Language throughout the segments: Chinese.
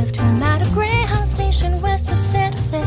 lived him at a Greyhound station west of Santa Fe.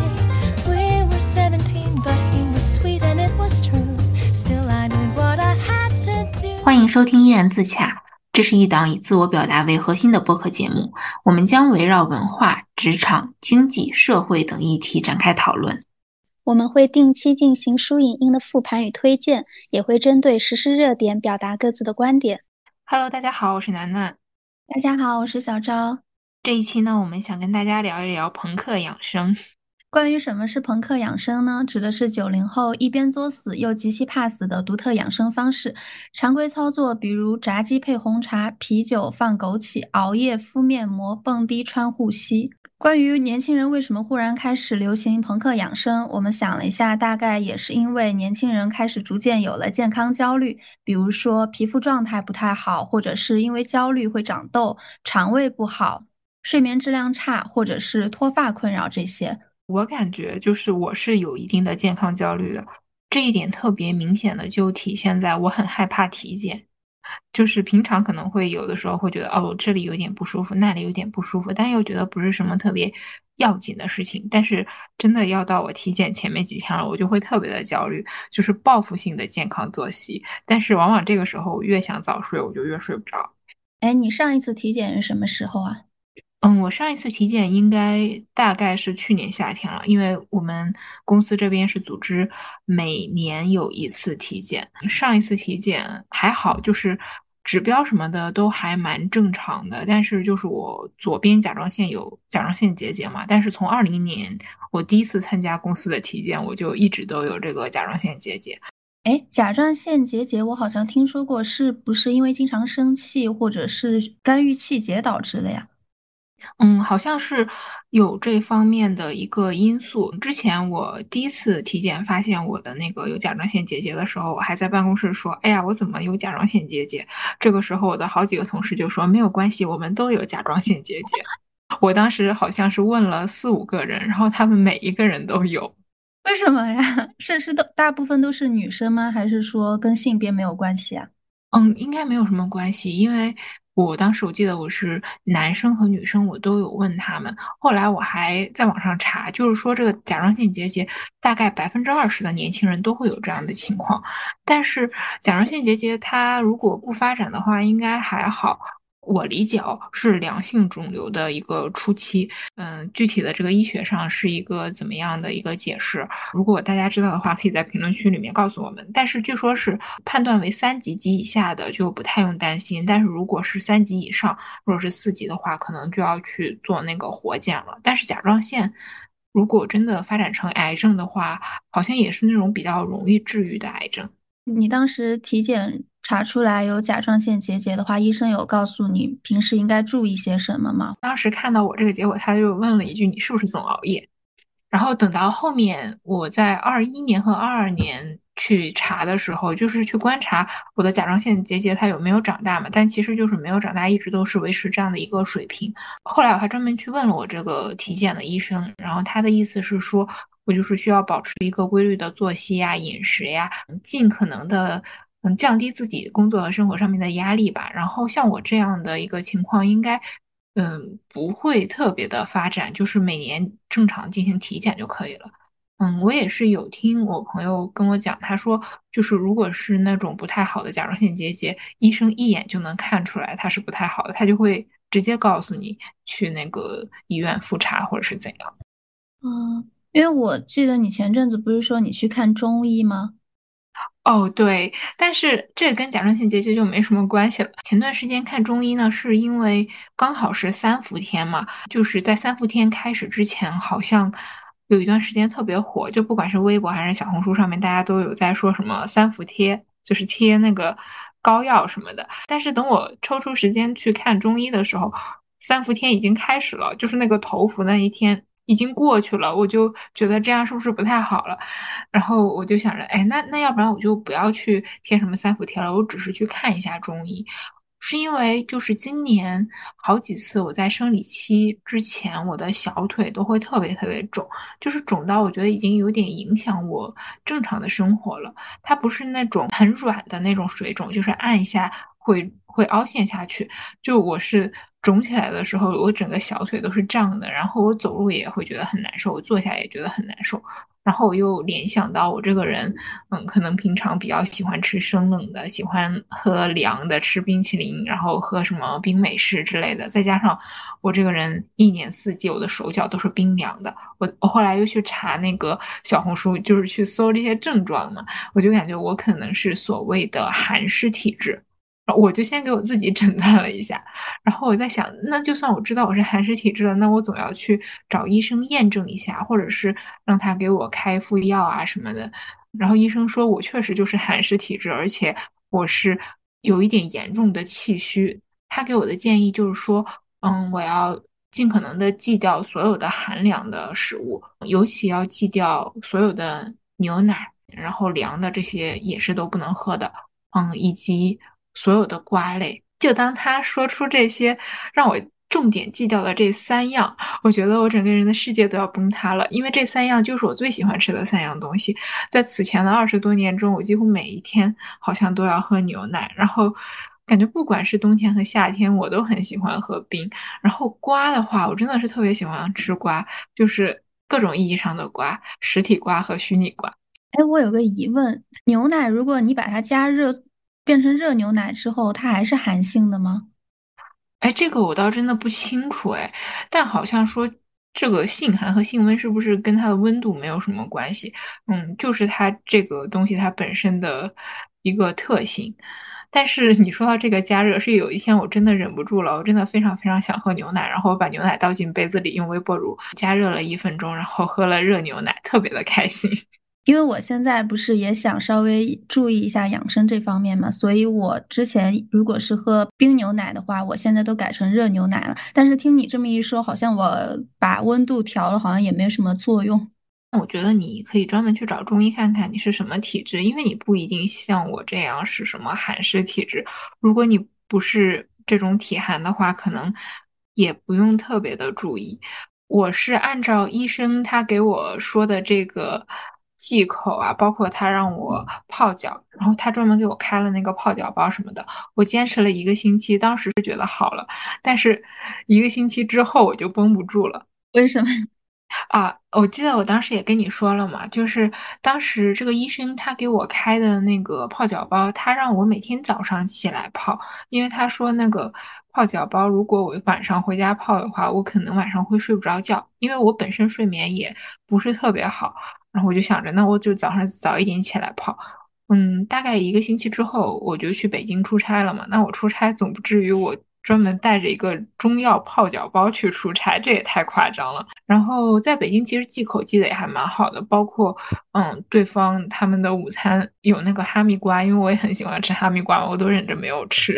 We were 17, but he was sweet and it was true. Still I did what I had to do. 欢迎收听依然自洽，这是一档以自我表达为核心的播客节目，我们将围绕文化、职场、经济、社会等议题展开讨论。 我们会定期进行书影音的复盘与推荐，也会针对时事热点表达各自的观点。 Hello， 大家好，我是楠楠。 大家好，我是小昭。 这一期呢，我们想跟大家聊一聊朋克养生。 关于什么是朋克养生呢？指的是90后一边作死又极其怕死的独特养生方式。常规操作比如炸鸡配红茶、啤酒放枸杞、熬夜敷面膜、蹦迪穿护膝。关于年轻人为什么忽然开始流行朋克养生，我们想了一下，大概也是因为年轻人开始逐渐有了健康焦虑，比如说皮肤状态不太好，或者是因为焦虑会长痘、肠胃不好、睡眠质量差，或者是脱发困扰这些。 我感觉就是我是有一定的健康焦虑的，这一点特别明显的就体现在我很害怕体检。就是平常可能会有的时候会觉得哦这里有点不舒服，那里有点不舒服，但又觉得不是什么特别要紧的事情。但是真的要到我体检前面几天了，我就会特别的焦虑，就是报复性的健康作息。但是往往这个时候我越想早睡，我就越睡不着。 哎，你上一次体检是什么时候啊？ 我上一次体检应该大概是去年夏天了，因为我们公司这边是组织每年有一次体检。上一次体检还好，就是指标什么的都还蛮正常的，但是就是我左边甲状腺有甲状腺结节嘛，但是从20年我第一次参加公司的体检，我就一直都有这个甲状腺结节。 哎，甲状腺结节我好像听说过，是不是因为经常生气或者是肝郁气结导致的呀？ 好像是有这方面的一个因素。之前我第一次体检发现我的那个有甲状腺结节的时候，我还在办公室说：“哎呀，我怎么有甲状腺结节？”这个时候，我的好几个同事就说：“没有关系，我们都有甲状腺结节。”我当时好像是问了4、5个人，然后他们每一个人都有。 为什么呀？是大部分都是女生吗？还是说跟性别没有关系啊？ 应该没有什么关系，因为我当时我记得我是男生和女生，我都有问他们。后来我还在网上查，就是说这个甲状腺结节大概20%的年轻人都会有这样的情况，但是甲状腺结节它如果不发展的话，应该还好。我理解哦，是良性肿瘤的一个初期。具体的这个医学上是一个怎么样的一个解释？如果大家知道的话，可以在评论区里面告诉我们。但是据说是判断为3级及以下的就不太用担心，但是如果是3级以上或者是4级的话，可能就要去做那个活检了。但是甲状腺如果真的发展成癌症的话，好像也是那种比较容易治愈的癌症。 你当时体检查出来有甲状腺结节的话，医生有告诉你平时应该注意些什么吗？ 当时看到我这个结果，他就问了一句：“你是不是总熬夜？”然后等到后面我在21年和22年去查的时候，就是去观察我的甲状腺结节它有没有长大嘛，但其实就是没有长大，一直都是维持这样的一个水平。后来我还专门去问了我这个体检的医生，然后他的意思是说，我就是需要保持一个规律的作息呀、饮食呀，尽可能的降低自己工作和生活上面的压力吧。然后像我这样的一个情况，应该不会特别的发展，就是每年正常进行体检就可以了。我也是有听我朋友跟我讲，他说就是如果是那种不太好的甲状腺结节，医生一眼就能看出来它是不太好的，他就会直接告诉你去那个医院复查或者是怎样。 因为我记得你前阵子不是说你去看中医吗？ 哦，对，但是这个跟甲状腺结节就没什么关系了。前段时间看中医呢，是因为刚好是三伏天嘛，就是在三伏天开始之前，好像有一段时间特别火，就不管是微博还是小红书上面，大家都有在说什么三伏贴，就是贴那个膏药什么的。但是等我抽出时间去看中医的时候，三伏天已经开始了，就是那个头伏那一天已经过去了，我就觉得这样是不是不太好了？然后我就想着，哎，那要不然我就不要去贴什么三伏贴了，我只是去看一下中医。是因为就是今年好几次我在生理期之前，我的小腿都会特别特别肿，就是肿到我觉得已经有点影响我正常的生活了。它不是那种很软的那种水肿，就是按一下会凹陷下去。就我是肿起来的时候，我整个小腿都是胀的，然后我走路也会觉得很难受，我坐下也觉得很难受。然后我又联想到我这个人，可能平常比较喜欢吃生冷的，喜欢喝凉的，吃冰淇淋，然后喝什么冰美式之类的。再加上我这个人一年四季我的手脚都是冰凉的。我后来又去查那个小红书，就是去搜这些症状嘛，我就感觉我可能是所谓的寒湿体质。我就先给我自己诊断了一下，然后我在想，那就算我知道我是寒湿体质了，那我总要去找医生验证一下，或者是让他给我开副药啊什么的。然后医生说我确实就是寒湿体质，而且我是有一点严重的气虚。他给我的建议就是说，我要尽可能的忌掉所有的寒凉的食物，尤其要忌掉所有的牛奶，然后凉的这些也是都不能喝的。以及所有的瓜类。就当他说出这些让我重点记掉的这三样，我觉得我整个人的世界都要崩塌了，因为这三样就是我最喜欢吃的三样东西。在此前的20多年中，我几乎每一天好像都要喝牛奶，然后感觉不管是冬天和夏天，我都很喜欢喝冰。然后瓜的话，我真的是特别喜欢吃瓜，就是各种意义上的瓜，实体瓜和虚拟瓜。 哎，我有个疑问，牛奶如果你把它加热变成热牛奶之后，它还是寒性的吗？ 哎，这个我倒真的不清楚哎，但好像说这个性寒和性温是不是跟它的温度没有什么关系？就是它这个东西它本身的一个特性。但是你说到这个加热，是有一天我真的忍不住了，我真的非常非常想喝牛奶，然后我把牛奶倒进杯子里，用微波炉加热了1分钟，然后喝了热牛奶，特别的开心。 因为我现在不是也想稍微注意一下养生这方面嘛，所以我之前如果是喝冰牛奶的话，我现在都改成热牛奶了。但是听你这么一说，好像我把温度调了，好像也没什么作用。 我觉得你可以专门去找中医看看你是什么体质，因为你不一定像我这样是什么寒湿体质。如果你不是这种体寒的话，可能也不用特别的注意。我是按照医生他给我说的这个忌口啊，包括他让我泡脚，然后他专门给我开了那个泡脚包什么的，我坚持了1个星期，当时是觉得好了，但是1个星期之后我就绷不住了。 为什么？ 我记得我当时也跟你说了嘛，就是当时这个医生他给我开的那个泡脚包，他让我每天早上起来泡，因为他说那个泡脚包，如果我晚上回家泡的话，我可能晚上会睡不着觉，因为我本身睡眠也不是特别好，然后我就想着，那我就早上早一点起来泡。大概1个星期之后，我就去北京出差了嘛。那我出差总不至于我专门带着一个中药泡脚包去出差，这也太夸张了。然后在北京其实忌口忌的也还蛮好的，包括对方他们的午餐有那个哈密瓜，因为我也很喜欢吃哈密瓜，我都忍着没有吃。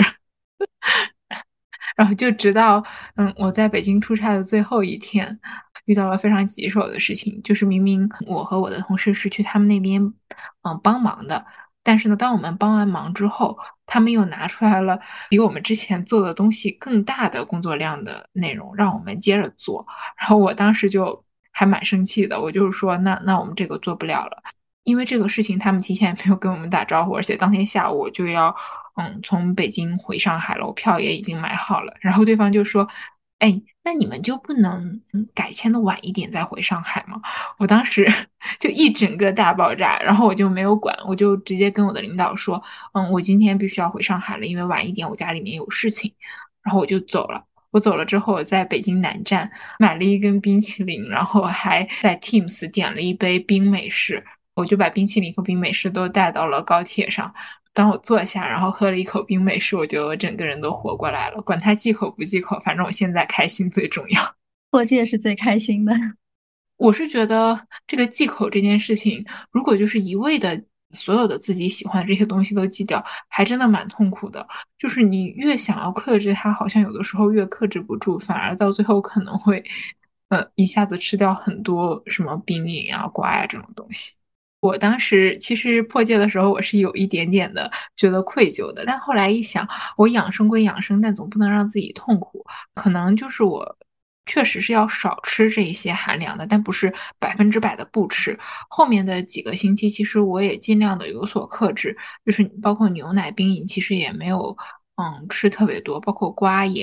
然后就直到我在北京出差的最后一天，遇到了非常棘手的事情，就是明明我和我的同事是去他们那边帮忙的，但是呢，当我们帮完忙之后，他们又拿出来了比我们之前做的东西更大的工作量的内容，让我们接着做。然后我当时就还蛮生气的，我就是说，那我们这个做不了了。因为这个事情，他们提前也没有跟我们打招呼，而且当天下午我就要从北京回上海了，我票也已经买好了。然后对方就说：“哎，那你们就不能改签的晚一点再回上海吗？”我当时就一整个大爆炸，然后我就没有管，我就直接跟我的领导说：我今天必须要回上海了，因为晚一点我家里面有事情。”然后我就走了。我走了之后，我在北京南站买了一根冰淇淋，然后还在 Teams 点了一杯冰美式。我就把冰淇淋和冰美式都带到了高铁上。当我坐下，然后喝了一口冰美式，我觉得我整个人都活过来了。管他忌口不忌口，反正我现在开心最重要。 破戒是最开心的。 我是觉得这个忌口这件事情，如果就是一味的所有的自己喜欢的这些东西都忌掉，还真的蛮痛苦的。就是你越想要克制它，好像有的时候越克制不住，反而到最后可能会，一下子吃掉很多什么冰饮啊、瓜呀这种东西。我当时其实破戒的时候，我是有一点点的觉得愧疚的，但后来一想，我养生归养生，但总不能让自己痛苦。可能就是我确实是要少吃这一些寒凉的，但不是100%的不吃。后面的几个星期，其实我也尽量的有所克制，就是包括牛奶、冰饮，其实也没有吃特别多，包括瓜也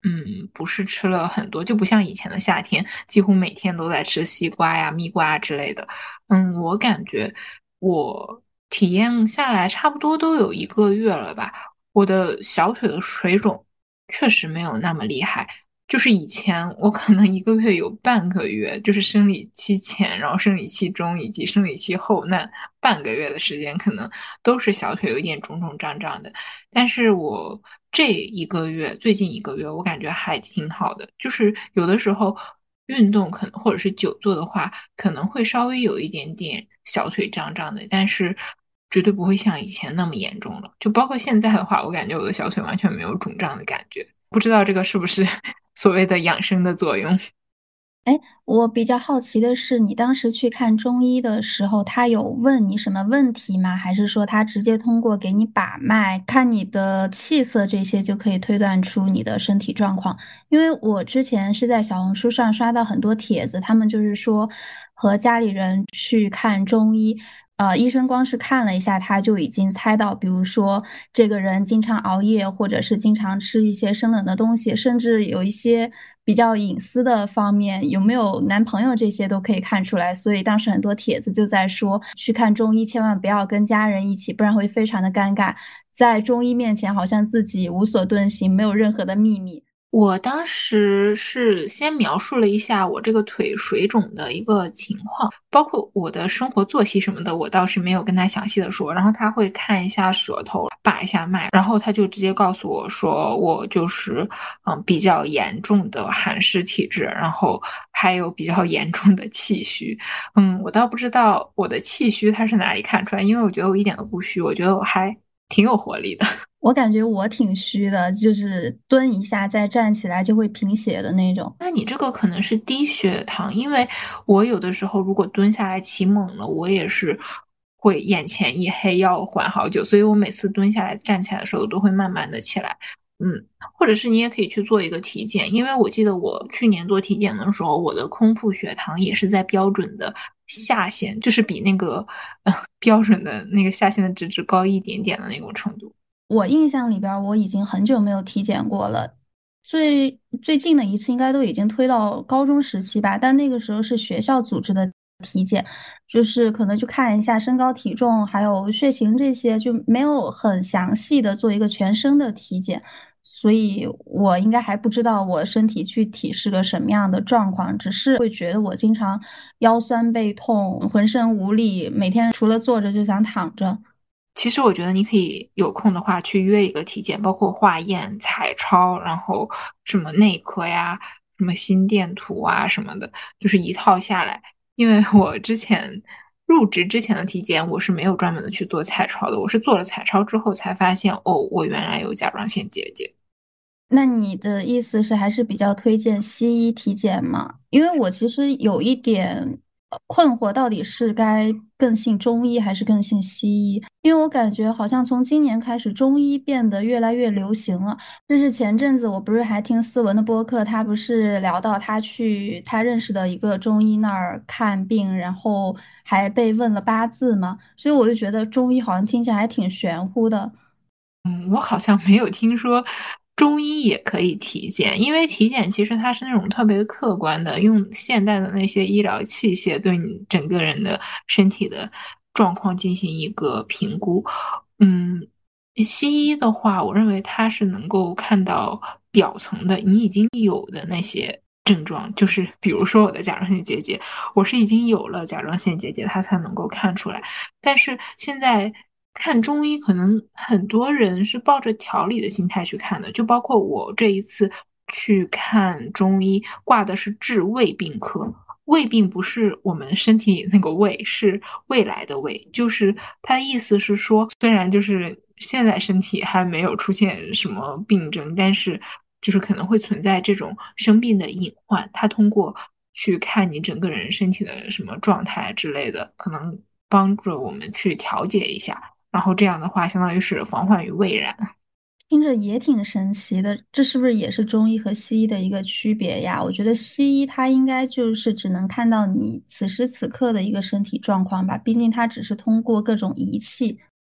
不是吃了很多，就不像以前的夏天，几乎每天都在吃西瓜呀、蜜瓜之类的。我感觉我体验下来差不多都有1个月了吧。我的小腿的水肿确实没有那么厉害，就是以前我可能1个月有半个月，就是生理期前，然后生理期中以及生理期后那半个月的时间，可能都是小腿有一点肿肿胀胀的。但是我这一个月，最近1个月，我感觉还挺好的。就是有的时候运动可能或者是久坐的话，可能会稍微有一点点小腿胀胀的，但是绝对不会像以前那么严重了。就包括现在的话，我感觉我的小腿完全没有肿胀的感觉。不知道这个是不是所谓的养生的作用？ 哎，我比较好奇的是，你当时去看中医的时候，他有问你什么问题吗？还是说他直接通过给你把脉、看你的气色这些就可以推断出你的身体状况？因为我之前是在小红书上刷到很多帖子，他们就是说和家里人去看中医。医生光是看了一下，他就已经猜到，比如说这个人经常熬夜，或者是经常吃一些生冷的东西，甚至有一些比较隐私的方面，有没有男朋友这些都可以看出来。所以当时很多帖子就在说，去看中医千万不要跟家人一起，不然会非常的尴尬。在中医面前，好像自己无所遁形，没有任何的秘密。 我当时是先描述了一下我这个腿水肿的一个情况，包括我的生活作息什么的，我倒是没有跟他详细的说。然后他会看一下舌头，把一下脉，然后他就直接告诉我说，我就是比较严重的寒湿体质，然后还有比较严重的气虚。我倒不知道我的气虚他是哪里看出来，因为我觉得我一点都不虚，我觉得我还挺有活力的。 我感觉我挺虚的，就是蹲一下再站起来就会贫血的那种。 那你这个可能是低血糖，因为我有的时候如果蹲下来起猛了，我也是会眼前一黑，要缓好久，所以我每次蹲下来站起来的时候都会慢慢的起来。或者是你也可以去做一个体检，因为我记得我去年做体检的时候，我的空腹血糖也是在标准的下限，就是比那个标准的那个下限的值高一点点的那种程度。 我印象里边儿，我已经很久没有体检过了。最近的一次应该都已经推到高中时期吧，但那个时候是学校组织的体检，就是可能就看一下身高体重还有血型这些，就没有很详细的做一个全身的体检，所以我应该还不知道我身体具体是个什么样的状况，只是会觉得我经常腰酸背痛，浑身无力，每天除了坐着就想躺着。 其实我觉得你可以有空的话去约一个体检，包括化验、彩超，然后什么内科呀、什么心电图啊什么的，就是一套下来。因为我之前入职之前的体检，我是没有专门的去做彩超的，我是做了彩超之后才发现，哦，我原来有甲状腺结节。 那你的意思是还是比较推荐西医体检吗？因为我其实有一点困惑，到底是该更信中医还是更信西医？因为我感觉好像从今年开始，中医变得越来越流行了。就是前阵子我不是还听思文的播客，他不是聊到他去他认识的一个中医那儿看病，然后还被问了八字嘛，所以我就觉得中医好像听起来还挺玄乎的。 我好像没有听说中医也可以体检，因为体检其实它是那种特别客观的，用现代的那些医疗器械对你整个人的身体的状况进行一个评估。嗯，西医的话，我认为它是能够看到表层的你已经有的那些症状，就是比如说我的甲状腺结节，我是已经有了甲状腺结节，它才能够看出来。但是现在看中医，可能很多人是抱着调理的心态去看的，就包括我这一次去看中医，挂的是治胃病科。胃病不是我们身体里那个胃，是未来的胃，就是他的意思是说，虽然就是现在身体还没有出现什么病症，但是就是可能会存在这种生病的隐患。他通过去看你整个人身体的什么状态之类的，可能帮助我们去调节一下。然后这样的话，相当于是防患于未然。 听着也挺神奇的，这是不是也是中医和西医的一个区别呀？我觉得西医它应该就是只能看到你此时此刻的一个身体状况吧，毕竟它只是通过各种仪器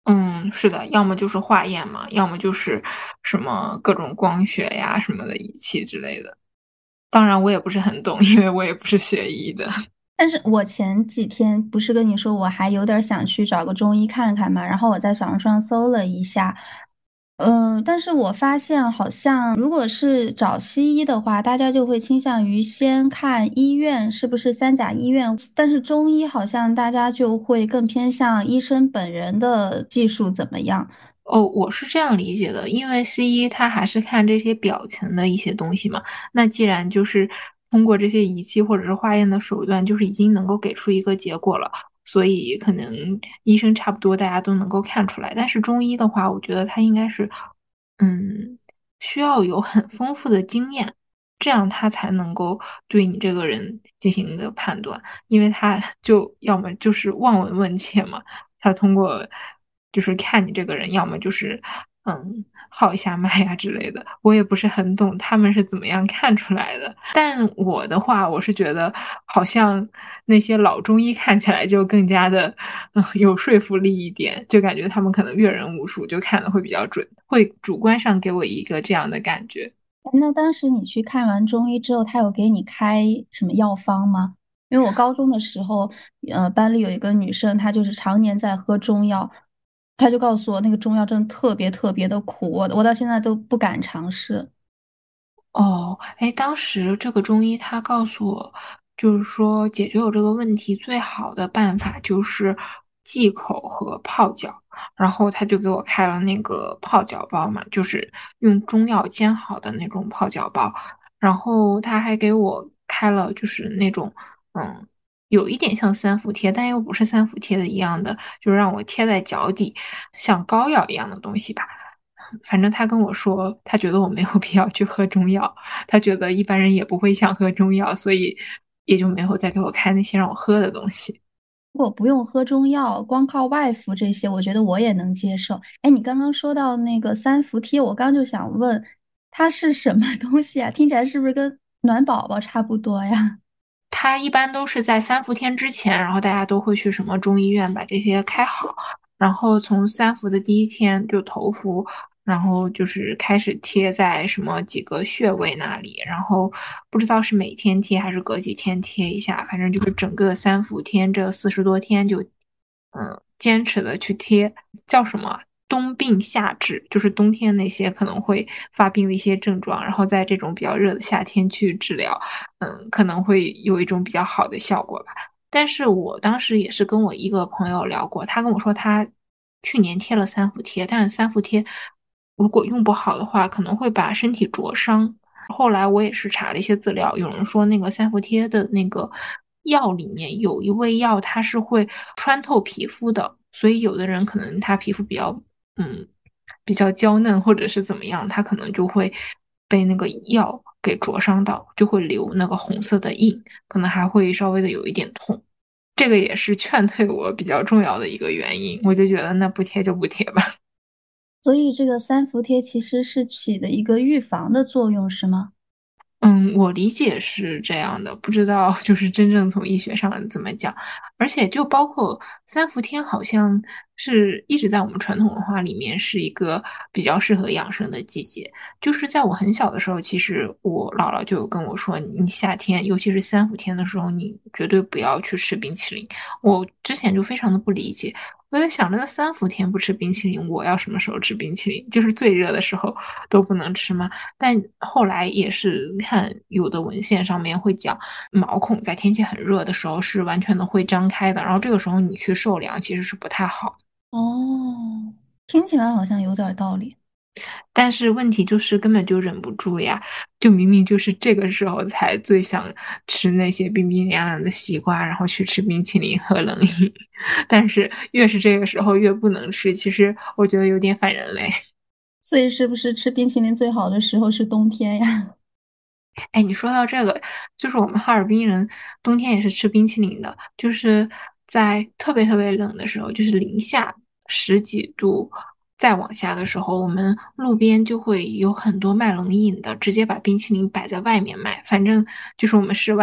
嗯，是的，要么就是化验嘛，要么就是什么各种光学呀什么的仪器之类的。当然，我也不是很懂，因为我也不是学医的。 但是我前几天不是跟你说我还有点想去找个中医看看嘛，然后我在小红书上搜了一下，但是我发现好像如果是找西医的话，大家就会倾向于先看医院是不是三甲医院，但是中医好像大家就会更偏向医生本人的技术怎么样。 哦，我是这样理解的，因为西医它还是看这些表层的一些东西嘛。那既然就是通过这些仪器或者是化验的手段，就是已经能够给出一个结果了，所以可能医生差不多大家都能够看出来。但是中医的话，我觉得它应该是，需要有很丰富的经验，这样他才能够对你这个人进行一个判断，因为他就要么就是望闻问切嘛。他通过就是看你这个人，要么就是号一下脉呀之类的。我也不是很懂他们是怎么样看出来的。但我的话，我是觉得好像那些老中医看起来就更加的有说服力一点，就感觉他们可能阅人无数，就看的会比较准，会主观上给我一个这样的感觉。 那当时你去看完中医之后，他有给你开什么药方吗？因为我高中的时候，班里有一个女生，她就是常年在喝中药，她就告诉我那个中药真的特别特别的苦，我到现在都不敢尝试。 哦，哎，当时这个中医他告诉我，就是说解决我这个问题最好的办法就是忌口和泡脚，然后他就给我开了那个泡脚包嘛，就是用中药煎好的那种泡脚包，然后他还给我开了就是那种有一点像三伏贴，但又不是三伏贴的一样的，就是让我贴在脚底，像膏药一样的东西吧。反正他跟我说，他觉得我没有必要去喝中药，他觉得一般人也不会想喝中药，所以也就没有再给我开那些让我喝的东西。 如果不用喝中药，光靠外敷这些，我觉得我也能接受。哎，你刚刚说到那个三伏贴，我刚就想问，它是什么东西啊？听起来是不是跟暖宝宝差不多呀？ 他一般都是在三伏天之前，然后大家都会去什么中医院把这些开好，然后从三伏的第一天就头伏，然后就是开始贴在什么几个穴位那里，然后不知道是每天贴还是隔几天贴一下，反正就是整个三伏天这40多天就坚持的去贴，叫什么？冬病夏治，就是冬天那些可能会发病的一些症状，然后在这种比较热的夏天去治疗。可能会有一种比较好的效果吧。但是我当时也是跟我一个朋友聊过，他跟我说他去年贴了三伏贴，但是三伏贴如果用不好的话，可能会把身体灼伤。后来我也是查了一些资料，有人说那个三伏贴的那个药里面有一味药，它是会穿透皮肤的，所以有的人可能他皮肤嗯比较娇嫩或者是怎么样，他可能就会被那个药给灼伤到，就会留那个红色的印，可能还会稍微的有一点痛。这个也是劝退我比较重要的一个原因，我就觉得那不贴就不贴吧。 所以这个三伏贴其实是起的一个预防的作用，是吗？ 我理解是这样的，不知道就是真正从医学上怎么讲，而且就包括三伏天，好像是一直在我们传统文化里面是一个比较适合养生的季节。就是在我很小的时候，其实我姥姥就有跟我说，你夏天，尤其是三伏天的时候，你绝对不要去吃冰淇淋。我之前就非常的不理解，我在想，这个三伏天不吃冰淇淋，我要什么时候吃冰淇淋？就是最热的时候都不能吃吗？但后来也是看有的文献上面会讲，毛孔在天气很热的时候是完全的会张开的，然后这个时候你去受凉其实是不太好。 哦，听起来好像有点道理。 但是问题就是根本就忍不住呀，就明明就是这个时候才最想吃那些冰冰凉凉的西瓜，然后去吃冰淇淋喝冷饮，但是越是这个时候越不能吃，其实我觉得有点反人类。 所以是不是吃冰淇淋最好的时候是冬天呀？ 哎，你说到这个，就是我们哈尔滨人冬天也是吃冰淇淋的，就是在特别特别冷的时候，就是零下10几度再往下的时候，我们路边就会有很多卖冷饮的，直接把冰淇淋摆在外面卖。反正就是我们室外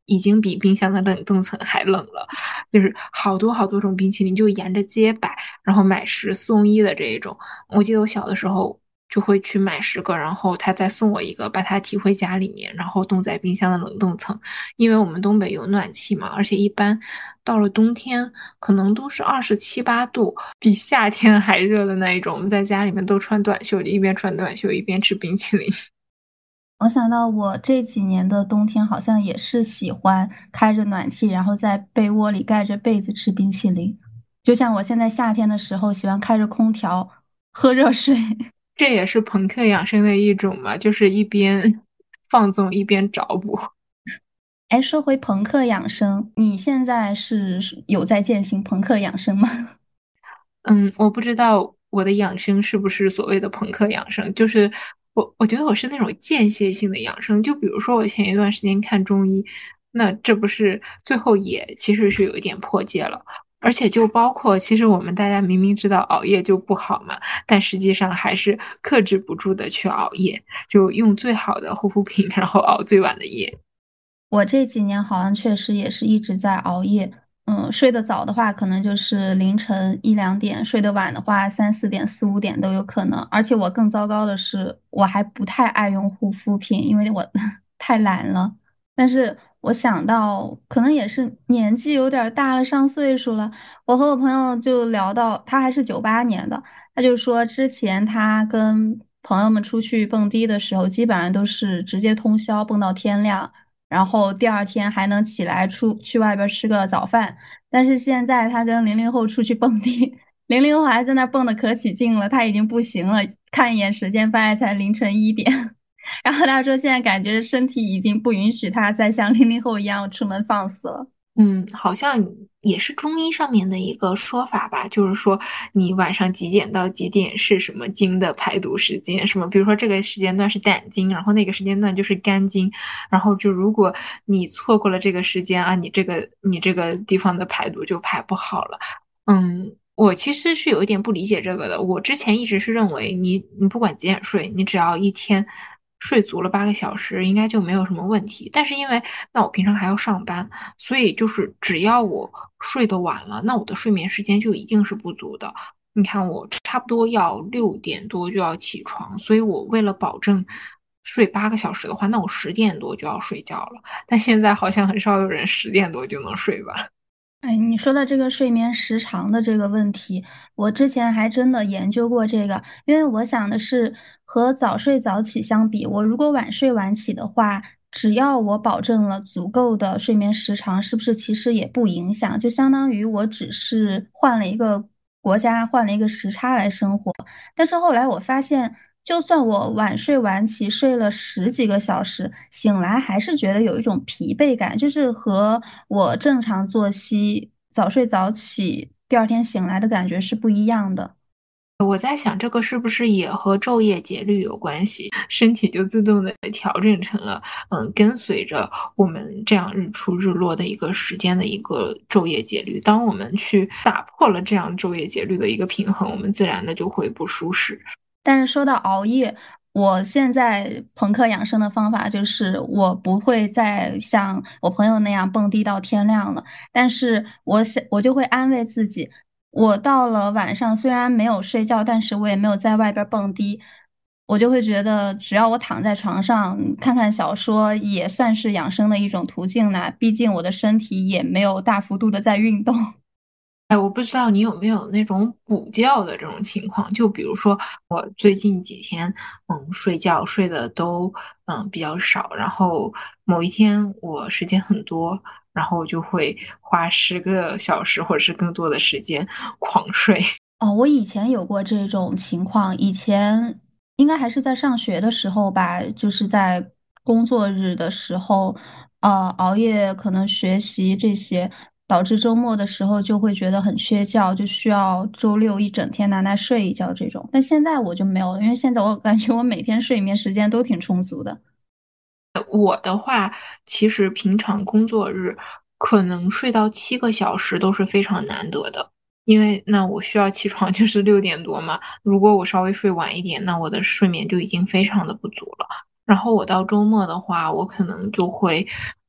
已经比冰箱的冷冻层还冷了，就是好多好多种冰淇淋就沿着街摆，然后买10送1的这一种。我记得我小的时候就会去买10个，然后他再送我一个，把它提回家里面，然后冻在冰箱的冷冻层。因为我们东北有暖气嘛，而且一般到了冬天可能都是27、8度，比夏天还热的那一种。我们在家里面都穿短袖，一边穿短袖一边吃冰淇淋。 我想到我这几年的冬天好像也是喜欢开着暖气，然后在被窝里盖着被子吃冰淇淋，就像我现在夏天的时候喜欢开着空调喝热水。 这也是朋克养生的一种嘛，就是一边放纵一边找补。 哎，说回朋克养生，你现在是有在践行朋克养生吗？ 我不知道我的养生是不是所谓的朋克养生，就是我觉得我是那种间歇性的养生。就比如说我前一段时间看中医，那这不是最后也其实是有一点破戒了。而且就包括，其实我们大家明明知道熬夜就不好嘛，但实际上还是克制不住的去熬夜，就用最好的护肤品，然后熬最晚的夜。 我这几年好像确实也是一直在熬夜，睡得早的话可能就是凌晨1、2点，睡得晚的话3、4点、4、5点都有可能。而且我更糟糕的是，我还不太爱用护肤品，因为我太懒了。但是我想到，可能也是年纪有点儿大了，上岁数了。我和我朋友就聊到，他还是98年的，他就说之前他跟朋友们出去蹦迪的时候，基本上都是直接通宵蹦到天亮。然后第二天还能起来去外边吃个早饭。但是现在他跟00后出去蹦迪，00后还在那儿蹦的可起劲了，他已经不行了，看一眼时间发现才凌晨1点。然后他说现在感觉身体已经不允许他再像00后一样出门放肆了。 好像也是中医上面的一个说法吧，就是说你晚上几点到几点是什么经的排毒时间，什么比如说这个时间段是胆经，然后那个时间段就是肝经，然后就如果你错过了这个时间啊，你这个地方的排毒就排不好了。我其实是有一点不理解这个的。我之前一直是认为你不管几点睡，你只要一天睡足了8个小时，应该就没有什么问题。但是因为那我平常还要上班，所以就是只要我睡得晚了，那我的睡眠时间就一定是不足的。你看我差不多要6点多就要起床，所以我为了保证睡8个小时的话，那我10点多就要睡觉了。但现在好像很少有人10点多就能睡吧。 哎，你说的这个睡眠时长的这个问题，我之前还真的研究过这个，因为我想的是和早睡早起相比，我如果晚睡晚起的话，只要我保证了足够的睡眠时长，是不是其实也不影响？就相当于我只是换了一个国家，换了一个时差来生活。但是后来我发现，就算我晚睡晚起，睡了10几个小时，醒来还是觉得有一种疲惫感，就是和我正常作息、早睡早起，第二天醒来的感觉是不一样的。 我在想，这个是不是也和昼夜节律有关系？身体就自动的调整成了，跟随着我们这样日出日落的一个时间的一个昼夜节律。当我们去打破了这样昼夜节律的一个平衡，我们自然的就会不舒适。 但是说到熬夜，我现在朋克养生的方法就是我不会再像我朋友那样蹦迪到天亮了，但是我就会安慰自己，我到了晚上虽然没有睡觉，但是我也没有在外边儿蹦迪，我就会觉得只要我躺在床上看看小说，也算是养生的一种途径呢。毕竟我的身体也没有大幅度的在运动。 哎，我不知道你有没有那种补觉的这种情况，就比如说我最近几天，睡觉睡的都比较少，然后某一天我时间很多，然后我就会花10个小时或者是更多的时间狂睡。 哦，我以前有过这种情况，以前应该还是在上学的时候吧，就是在工作日的时候，熬夜可能学习这些，导致周末的时候就会觉得很缺觉，就需要周六一整天拿来睡一觉这种。但现在我就没有了，因为现在我感觉我每天睡眠时间都挺充足的。 我的话，其实平常工作日可能睡到7个小时都是非常难得的，因为那我需要起床就是6点多嘛。如果我稍微睡晚一点，那我的睡眠就已经非常的不足了。然后我到周末的话，我可能就会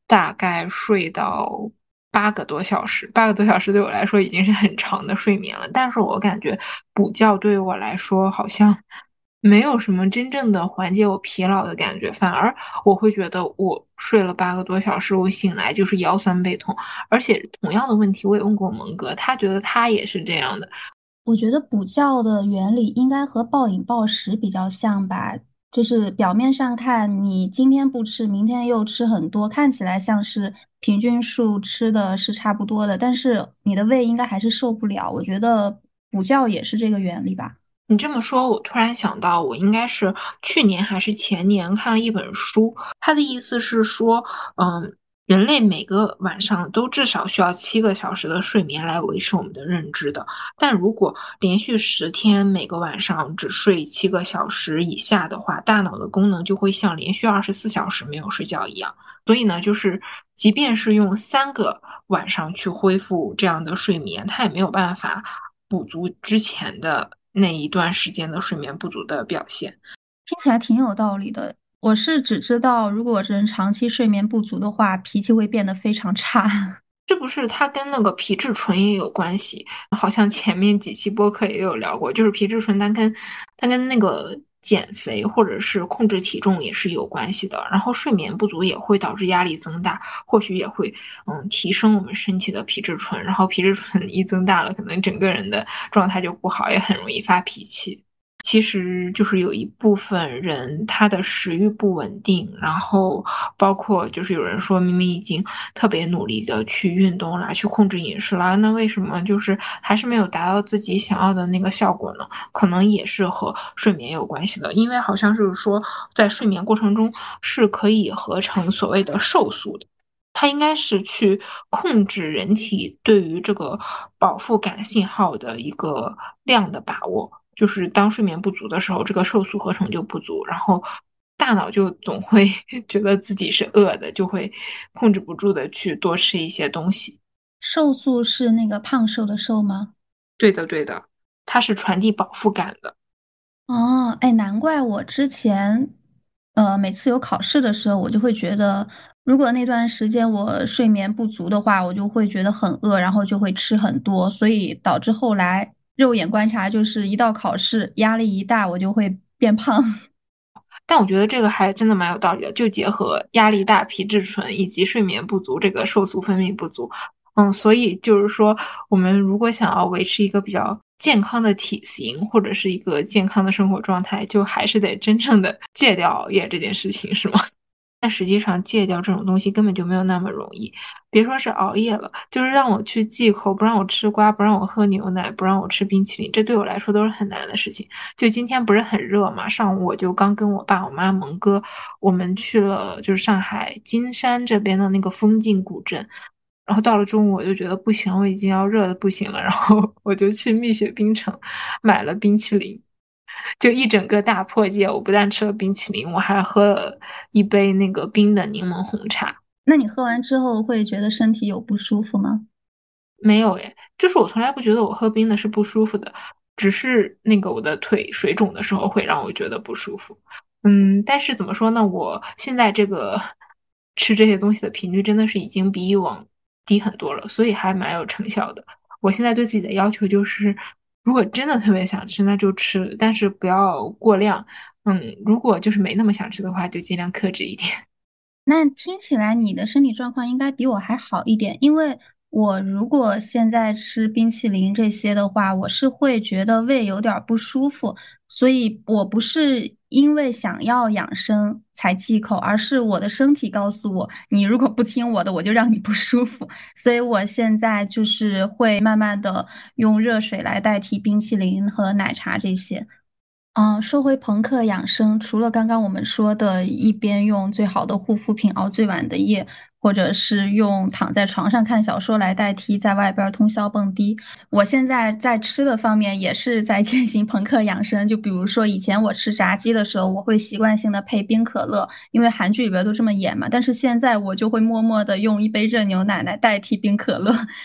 大概睡到8个多小时，8个多小时对我来说已经是很长的睡眠了。但是我感觉补觉对于我来说好像没有什么真正的缓解我疲劳的感觉，反而我会觉得我睡了8个多小时，我醒来就是腰酸背痛。而且同样的问题我也问过蒙哥，他觉得他也是这样的。 我觉得补觉的原理应该和暴饮暴食比较像吧，就是表面上看你今天不吃，明天又吃很多，看起来像是平均数吃的是差不多的，但是你的胃应该还是受不了。我觉得补觉也是这个原理吧。 你这么说，我突然想到，我应该是去年还是前年看了一本书，它的意思是说，人类每个晚上都至少需要7个小时的睡眠来维持我们的认知的。但如果连续10天每个晚上只睡7个小时以下的话，大脑的功能就会像连续24小时没有睡觉一样。所以呢，就是即便是用3个晚上去恢复这样的睡眠，它也没有办法补足之前的那一段时间的睡眠不足的表现。 听起来挺有道理的。我是只知道，如果人长期睡眠不足的话，脾气会变得非常差。 是不是它跟那个皮质醇也有关系？好像前面几期播客也有聊过，就是皮质醇它跟那个减肥或者是控制体重也是有关系的。然后睡眠不足也会导致压力增大，或许也会提升我们身体的皮质醇。然后皮质醇一增大了，可能整个人的状态就不好，也很容易发脾气。其实就是有一部分人他的食欲不稳定，然后包括就是有人说明明已经特别努力的去运动啦，去控制饮食啦，那为什么就是还是没有达到自己想要的那个效果呢？可能也是和睡眠有关系的，因为好像是说在睡眠过程中是可以合成所谓的瘦素的。它应该是去控制人体对于这个饱腹感信号的一个量的把握。就是当睡眠不足的时候，这个瘦素合成就不足，然后大脑就总会觉得自己是饿的，就会控制不住的去多吃一些东西。 瘦素是那个胖瘦的瘦吗？ 对的，对的，它是传递饱腹感的。 哦，哎，难怪我之前，每次有考试的时候，我就会觉得，如果那段时间我睡眠不足的话，我就会觉得很饿，然后就会吃很多，所以导致后来肉眼观察，就是一到考试，压力一大，我就会变胖。 但我觉得这个还真的蛮有道理的，就结合压力大、皮质醇以及睡眠不足，这个瘦素分泌不足，所以就是说，我们如果想要维持一个比较健康的体型，或者是一个健康的生活状态，就还是得真正的戒掉熬夜这件事情，是吗？但实际上戒掉这种东西根本就没有那么容易，别说是熬夜了，就是让我去忌口，不让我吃瓜，不让我喝牛奶，不让我吃冰淇淋，这对我来说都是很难的事情。就今天不是很热嘛，上午我就刚跟我爸、我妈、蒙哥，我们去了就是上海金山这边的那个风景古镇，然后到了中午我就觉得不行，我已经要热的不行了，然后我就去蜜雪冰城买了冰淇淋。就一整个大破戒，我不但吃了冰淇淋，我还喝了一杯那个冰的柠檬红茶。 那你喝完之后会觉得身体有不舒服吗？ 没有诶，就是我从来不觉得我喝冰的是不舒服的，只是那个我的腿水肿的时候会让我觉得不舒服。但是怎么说呢，我现在这个吃这些东西的频率真的是已经比以往低很多了，所以还蛮有成效的。我现在对自己的要求就是，如果真的特别想吃，那就吃，但是不要过量。如果就是没那么想吃的话，就尽量克制一点。 那听起来你的身体状况应该比我还好一点，因为我如果现在吃冰淇淋这些的话，我是会觉得胃有点儿不舒服，所以我不是因为想要养生才忌口，而是我的身体告诉我，你如果不听我的，我就让你不舒服，所以我现在就是会慢慢的用热水来代替冰淇淋和奶茶这些。说回朋克养生，除了刚刚我们说的，一边用最好的护肤品熬最晚的夜，或者是用躺在床上看小说来代替在外边儿通宵蹦迪，我现在在吃的方面也是在进行朋克养生。就比如说以前我吃炸鸡的时候，我会习惯性的配冰可乐，因为韩剧里边都这么演嘛。但是现在我就会默默的用一杯热牛奶来代替冰可乐。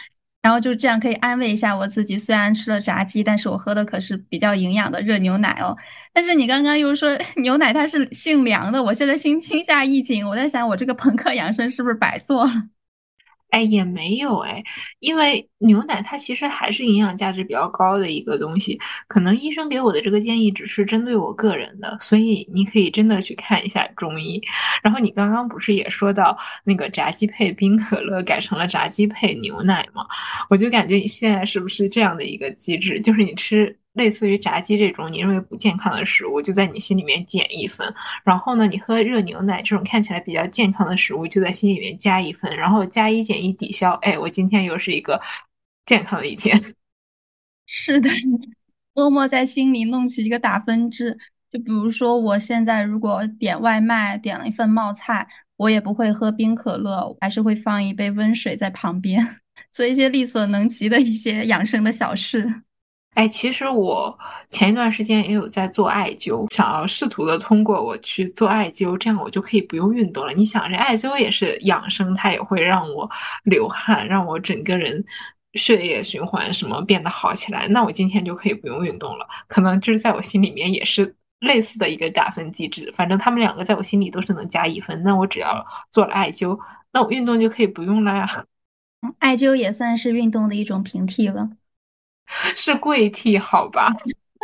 然后就这样可以安慰一下我自己，虽然吃了炸鸡，但是我喝的可是比较营养的热牛奶哦。但是你刚刚又说牛奶它是性凉的，我现在心下一紧，我在想我这个朋克养生是不是白做了？ 哎，也没有哎，因为牛奶它其实还是营养价值比较高的一个东西，可能医生给我的这个建议只是针对我个人的，所以你可以真的去看一下中医。然后你刚刚不是也说到那个炸鸡配冰可乐改成了炸鸡配牛奶吗？我就感觉你现在是不是这样的一个机制，就是你吃类似于炸鸡这种你认为不健康的食物，就在你心里面减一分，然后呢，你喝热牛奶这种看起来比较健康的食物，就在心里面加一分，然后加一减一抵消，哎，我今天又是一个健康的一天。 是的，默默在心里弄起一个打分制。就比如说，我现在如果点外卖，点了一份冒菜，我也不会喝冰可乐，还是会放一杯温水在旁边，做一些力所能及的一些养生的小事。 哎，其实我前一段时间也有在做艾灸，想要试图的通过我去做艾灸，这样我就可以不用运动了。你想，这艾灸也是养生，它也会让我流汗，让我整个人血液循环什么变得好起来。那我今天就可以不用运动了，可能就是在我心里面也是类似的一个打分机制。反正他们两个在我心里都是能加一分，那我只要做了艾灸，那我运动就可以不用了呀， 艾灸也算是运动的一种平替了。 是贵替，好吧？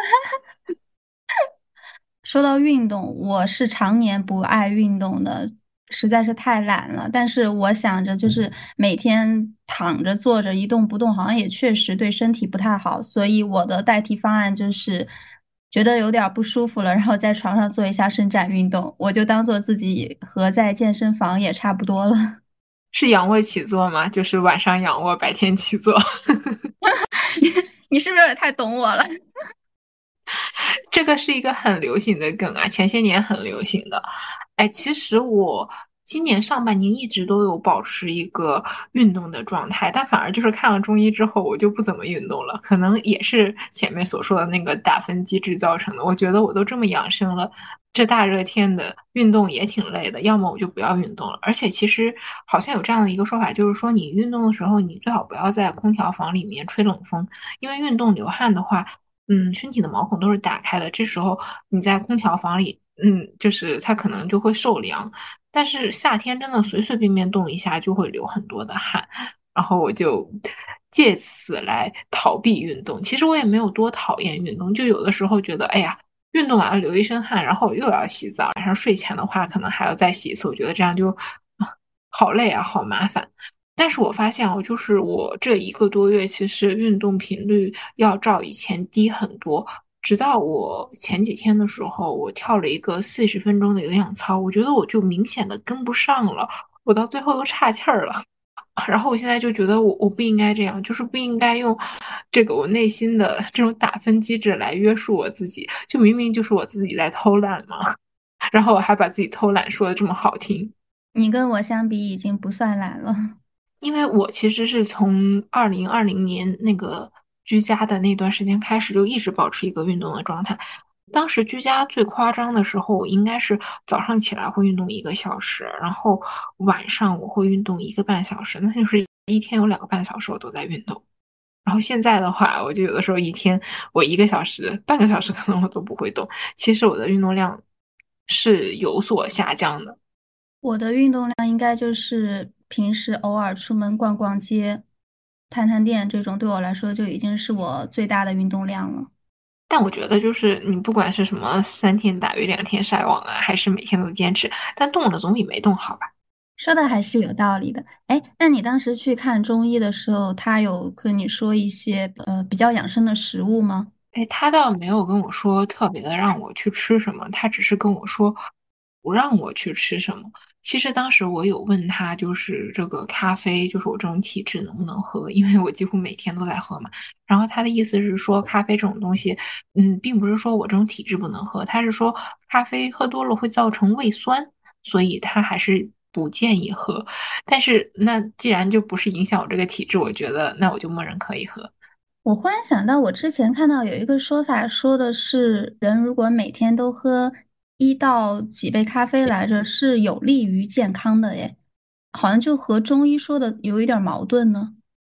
说到运动，我是常年不爱运动的，实在是太懒了。但是我想着，就是每天躺着坐着一动不动，好像也确实对身体不太好。所以我的代替方案就是觉得有点儿不舒服了，然后在床上做一下伸展运动，我就当做自己和在健身房也差不多了。 是仰卧起坐吗？就是晚上仰卧，白天起坐。 你是不是有点太懂我了？ 这个是一个很流行的梗啊，前些年很流行的。哎，其实我今年上半年一直都有保持一个运动的状态，但反而就是看了中医之后，我就不怎么运动了。可能也是前面所说的那个打分机制造成的。我觉得我都这么养生了，这大热天的运动也挺累的，要么我就不要运动了。而且其实好像有这样的一个说法，就是说你运动的时候，你最好不要在空调房里面吹冷风，因为运动流汗的话。身体的毛孔都是打开的，这时候你在空调房里，就是它可能就会受凉。但是夏天真的随随便便动一下就会流很多的汗，然后我就借此来逃避运动。其实我也没有多讨厌运动，就有的时候觉得，哎呀，运动完了流一身汗，然后又要洗澡，晚上睡前的话可能还要再洗一次，我觉得这样就好累啊，好麻烦。但是我发现哦，就是我这一个多月，其实运动频率要照以前低很多。直到我前几天的时候，我跳了一个40分钟的有氧操，我觉得我就明显的跟不上了，我到最后都岔气儿了。然后我现在就觉得我不应该这样，就是不应该用这个我内心的这种打分机制来约束我自己，就明明就是我自己在偷懒嘛，然后我还把自己偷懒说的这么好听。 你跟我相比已经不算懒了。 因为我其实是从2020年那个居家的那段时间开始，就一直保持一个运动的状态。当时居家最夸张的时候，我应该是早上起来会运动1个小时，然后晚上我会运动1个半小时，那就是一天有2个半小时我都在运动。然后现在的话，我就有的时候一天我1个小时、半个小时可能我都不会动。其实我的运动量是有所下降的。 我的运动量应该就是平时偶尔出门逛逛街、探探店这种，对我来说就已经是我最大的运动量了。 但我觉得，就是你不管是什么3天打鱼2天晒网啊，还是每天都坚持，但动了总比没动好吧？ 说的还是有道理的。哎，那你当时去看中医的时候，他有跟你说一些比较养生的食物吗？ 哎，他倒没有跟我说特别的让我去吃什么，他只是跟我说不让我去吃什么。其实当时我有问他，就是这个咖啡，就是我这种体质能不能喝，因为我几乎每天都在喝嘛。然后他的意思是说，咖啡这种东西，并不是说我这种体质不能喝，他是说咖啡喝多了会造成胃酸，所以他还是不建议喝。但是那既然就不是影响我这个体质，我觉得那我就默认可以喝。 我忽然想到，我之前看到有一个说法，说的是人如果每天都喝1到几杯咖啡来着，是有利于健康的。耶，好像就和中医说的有一点儿矛盾呢。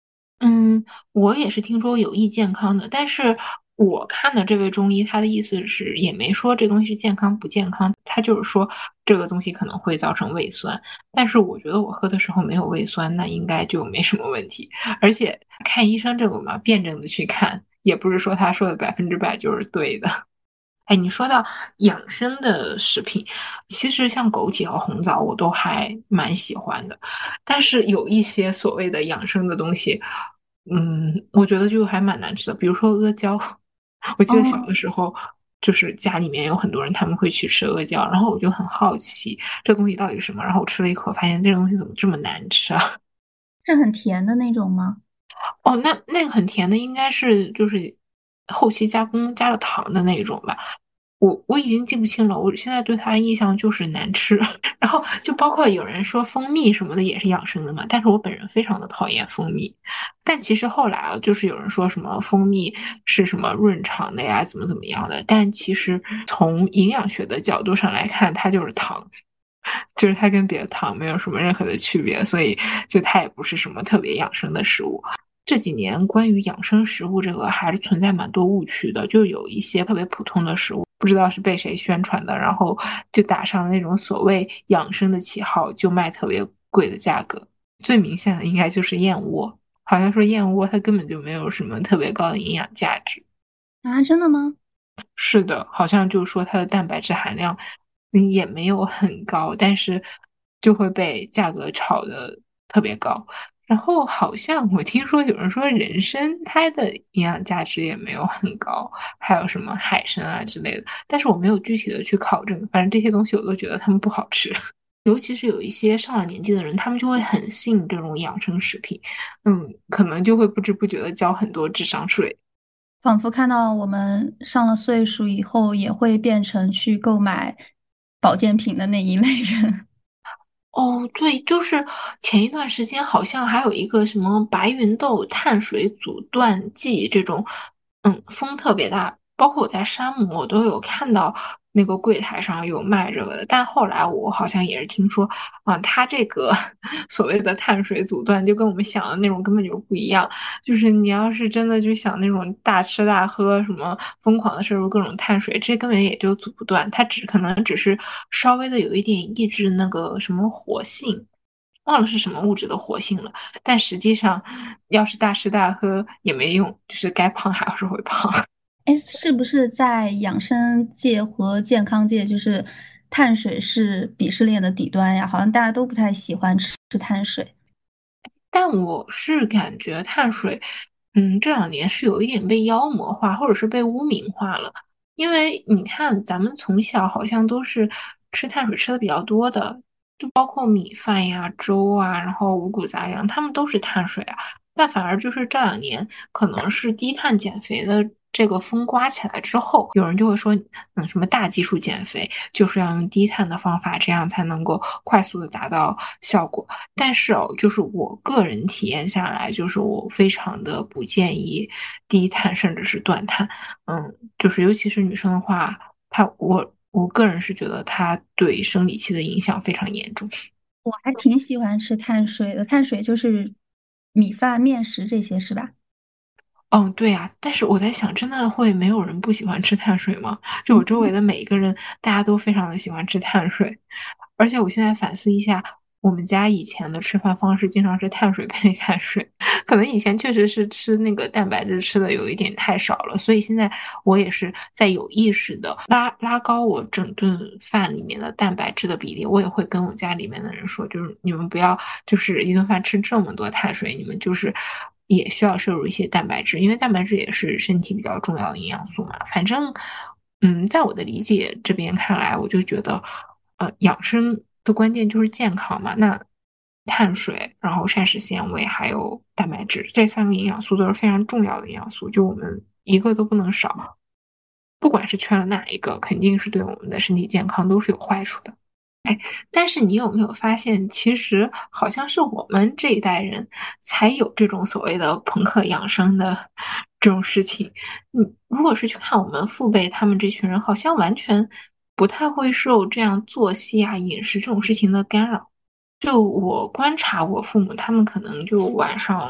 嗯，我也是听说有益健康的，但是我看的这位中医，他的意思是也没说这东西是健康不健康，他就是说这个东西可能会造成胃酸，但是我觉得我喝的时候没有胃酸，那应该就没什么问题。而且看医生这个嘛，辩证的去看，也不是说他说的100%就是对的。哎，你说到养生的食品，其实像枸杞和红枣我都还蛮喜欢的，但是有一些所谓的养生的东西，我觉得就还蛮难吃的，比如说阿胶。我记得小哦， 的时候，就是家里面有很多人他们会去吃阿胶，然后我就很好奇这东西到底是什么，然后我吃了一口，发现这个东西怎么这么难吃啊？ 是很甜的那种吗？ 哦，那个很甜的，应该是就是后期加工加了糖的那种吧。我已经记不清了，我现在对它的印象就是难吃。然后就包括有人说蜂蜜什么的也是养生的嘛，但是我本人非常的讨厌蜂蜜。但其实后来啊，就是有人说什么蜂蜜是什么润肠的呀，怎么怎么样的，但其实从营养学的角度上来看，它就是糖。就是它跟别的糖没有什么任何的区别，所以就它也不是什么特别养生的食物。这几年关于养生食物这个还是存在蛮多误区的，就有一些特别普通的食物，不知道是被谁宣传的，然后就打上了那种所谓养生的旗号，就卖特别贵的价格。最明显的应该就是燕窝，好像说燕窝它根本就没有什么特别高的营养价值。 啊，真的吗？ 是的，好像就是说它的蛋白质含量也没有很高，但是就会被价格炒得特别高。然后好像我听说有人说人参它的营养价值也没有很高，还有什么海参啊之类的，但是我没有具体的去考证，反正这些东西我都觉得它们不好吃。尤其是有一些上了年纪的人，他们就会很信这种养生食品，可能就会不知不觉的交很多智商税。 仿佛看到我们上了岁数以后，也会变成去购买保健品的那一类人。 哦，对，就是前一段时间好像还有一个什么白芸豆碳水阻断剂这种，风特别大，包括我在山姆我都有看到那个柜台上有卖这个的，但后来我好像也是听说，它这个所谓的碳水阻断就跟我们想的那种根本就不一样，就是你要是真的就想那种大吃大喝，什么疯狂的摄入各种碳水，这根本也就阻不断，它可能只是稍微的有一点抑制那个什么活性，忘了是什么物质的活性了。但实际上，要是大吃大喝也没用，就是该胖还是会胖。 哎，是不是在养生界和健康界，就是碳水是鄙视链的底端呀？好像大家都不太喜欢吃碳水。 但我是感觉碳水，这2年是有一点被妖魔化，或者是被污名化了。因为你看，咱们从小好像都是吃碳水吃的比较多的，就包括米饭呀、粥啊，然后五谷杂粮，它们都是碳水啊。但反而就是这2年，可能是低碳减肥的这个风刮起来之后，有人就会说，什么大基数减肥就是要用低碳的方法，这样才能够快速的达到效果。但是哦，就是我个人体验下来，就是我非常的不建议低碳甚至是断碳。就是尤其是女生的话，我个人是觉得它对生理期的影响非常严重。 我还挺喜欢吃碳水的，碳水就是米饭、面食这些，是吧？ 嗯，对呀，但是我在想，真的会没有人不喜欢吃碳水吗？就我周围的每一个人，大家都非常的喜欢吃碳水，而且我现在反思一下，我们家以前的吃饭方式经常是碳水配碳水，可能以前确实是吃那个蛋白质吃的有一点太少了，所以现在我也是在有意识的拉高我整顿饭里面的蛋白质的比例，我也会跟我家里面的人说，就是你们不要就是一顿饭吃这么多碳水，你们就是也需要摄入一些蛋白质，因为蛋白质也是身体比较重要的营养素嘛。反正，在我的理解这边看来，我就觉得，养生的关键就是健康嘛。那碳水，然后膳食纤维还有蛋白质这3个营养素都是非常重要的营养素，就我们一个都不能少。不管是缺了哪一个，肯定是对我们的身体健康都是有坏处的。哎，但是你有没有发现，其实好像是我们这一代人才有这种所谓的朋克养生的这种事情。如果是去看我们父辈他们这群人，好像完全不太会受这样作息啊、饮食这种事情的干扰。就我观察我父母，他们可能就晚上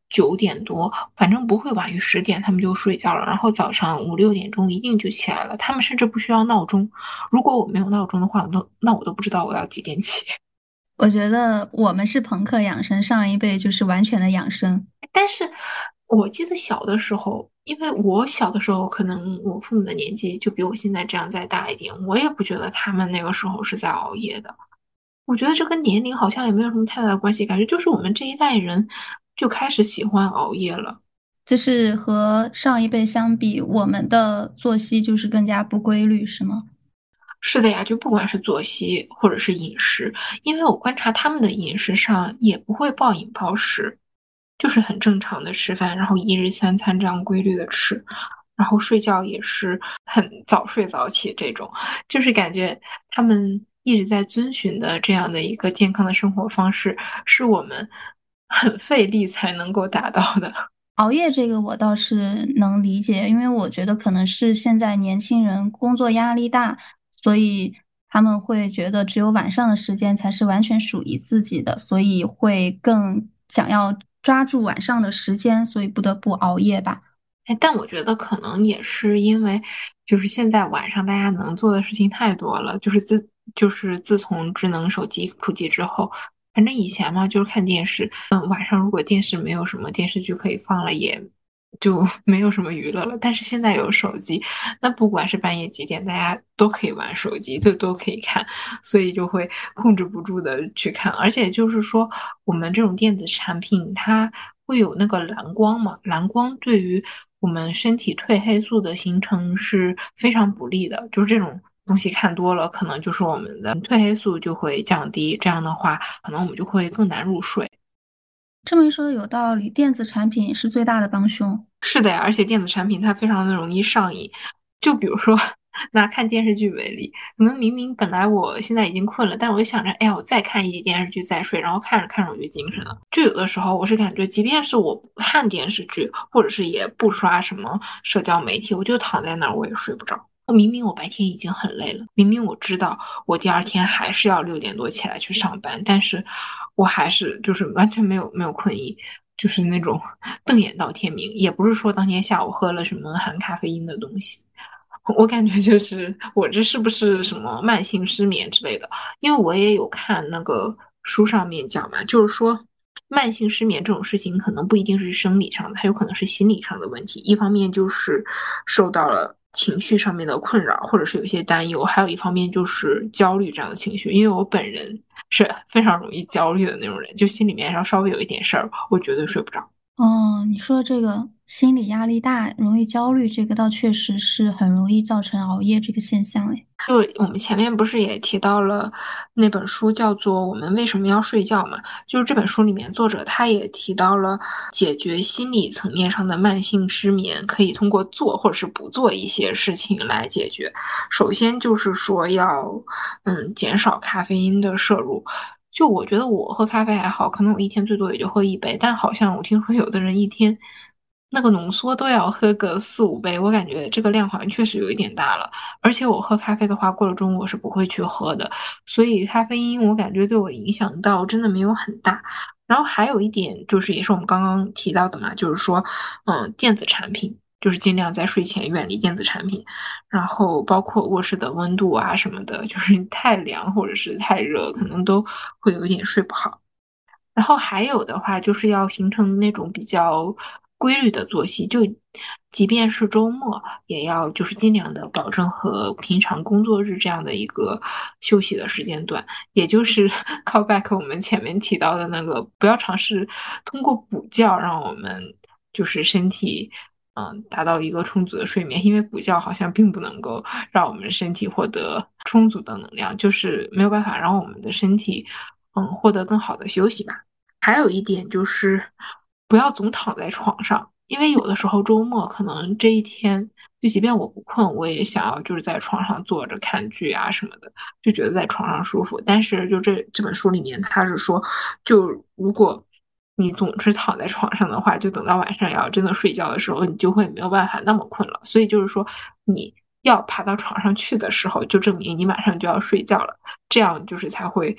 9点多，反正不会晚于10点，他们就睡觉了。然后早上5、6点钟一定就起来了，他们甚至不需要闹钟。如果我没有闹钟的话，我都不知道我要几点起。 我觉得我们是朋克养生，上一辈就是完全的养生。 但是我记得小的时候，因为我小的时候可能我父母的年纪就比我现在这样再大一点，我也不觉得他们那个时候是在熬夜的。我觉得这跟年龄好像也没有什么太大的关系，感觉就是我们这一代人就开始喜欢熬夜了。 就是和上一辈相比，我们的作息就是更加不规律，是吗？ 是的呀，就不管是作息或者是饮食，因为我观察他们的饮食上也不会暴饮暴食，就是很正常的吃饭，然后一日三餐这样规律的吃，然后睡觉也是很早睡早起这种，就是感觉他们一直在遵循的这样的一个健康的生活方式，是我们很费力才能够达到的。 熬夜这个我倒是能理解，因为我觉得可能是现在年轻人工作压力大，所以他们会觉得只有晚上的时间才是完全属于自己的，所以会更想要抓住晚上的时间，所以不得不熬夜吧。 哎，但我觉得可能也是因为，就是现在晚上大家能做的事情太多了，就是自从智能手机普及之后，反正以前嘛就是看电视，晚上如果电视没有什么电视剧可以放了，也就没有什么娱乐了。但是现在有手机，那不管是半夜几点，大家都可以玩手机，都可以看，所以就会控制不住的去看。而且就是说，我们这种电子产品它会有那个蓝光嘛，蓝光对于我们身体褪黑素的形成是非常不利的，就是这种东西看多了，可能就是我们的褪黑素就会降低，这样的话，可能我们就会更难入睡。 这么一说有道理，电子产品是最大的帮凶。 是的呀，而且电子产品它非常的容易上瘾。就比如说拿看电视剧为例，可能明明本来我现在已经困了，但我就想着，哎呀，我再看一集电视剧再睡，然后看着看着我就精神了。就有的时候我是感觉，即便是我不看电视剧，或者是也不刷什么社交媒体，我就躺在那儿我也睡不着。明明我白天已经很累了，明明我知道我第二天还是要6点多起来去上班，但是我还是就是完全没有困意，就是那种瞪眼到天明。也不是说当天下午喝了什么含咖啡因的东西，我感觉就是我这是不是什么慢性失眠之类的？因为我也有看那个书上面讲嘛，就是说慢性失眠这种事情可能不一定是生理上的，它有可能是心理上的问题。一方面就是受到了情绪上面的困扰，或者是有一些担忧，还有一方面就是焦虑这样的情绪。因为我本人是非常容易焦虑的那种人，就心里面要稍微有一点事儿，我绝对睡不着。 哦，你说这个心理压力大，容易焦虑，这个倒确实是很容易造成熬夜这个现象。诶， 就我们前面不是也提到了那本书叫做《我们为什么要睡觉》嘛？就是这本书里面作者他也提到了解决心理层面上的慢性失眠，可以通过做或者是不做一些事情来解决。首先就是说要减少咖啡因的摄入。就我觉得我喝咖啡还好，可能我一天最多也就喝1杯，但好像我听说有的人一天那个浓缩都要喝个4、5杯，我感觉这个量好像确实有一点大了。而且我喝咖啡的话，过了中午我是不会去喝的，所以咖啡因我感觉对我影响到真的没有很大。然后还有一点就是，也是我们刚刚提到的嘛，就是说，电子产品就是尽量在睡前远离电子产品，然后包括卧室的温度啊什么的，就是太凉或者是太热，可能都会有一点睡不好。然后还有的话，就是要形成那种比较规律的作息，就即便是周末，也要就是尽量的保证和平常工作日这样的一个休息的时间段，也就是 call back 我们前面提到的那个，不要尝试通过补觉让我们就是身体达到一个充足的睡眠，因为补觉好像并不能够让我们身体获得充足的能量，就是没有办法让我们的身体获得更好的休息吧。还有一点就是不要总躺在床上，因为有的时候周末可能这一天，就即便我不困，我也想要就是在床上坐着看剧啊什么的，就觉得在床上舒服。但是就这本书里面，他是说，就如果你总是躺在床上的话，就等到晚上要真的睡觉的时候，你就会没有办法那么困了。所以就是说，你要爬到床上去的时候，就证明你马上就要睡觉了，这样就是才会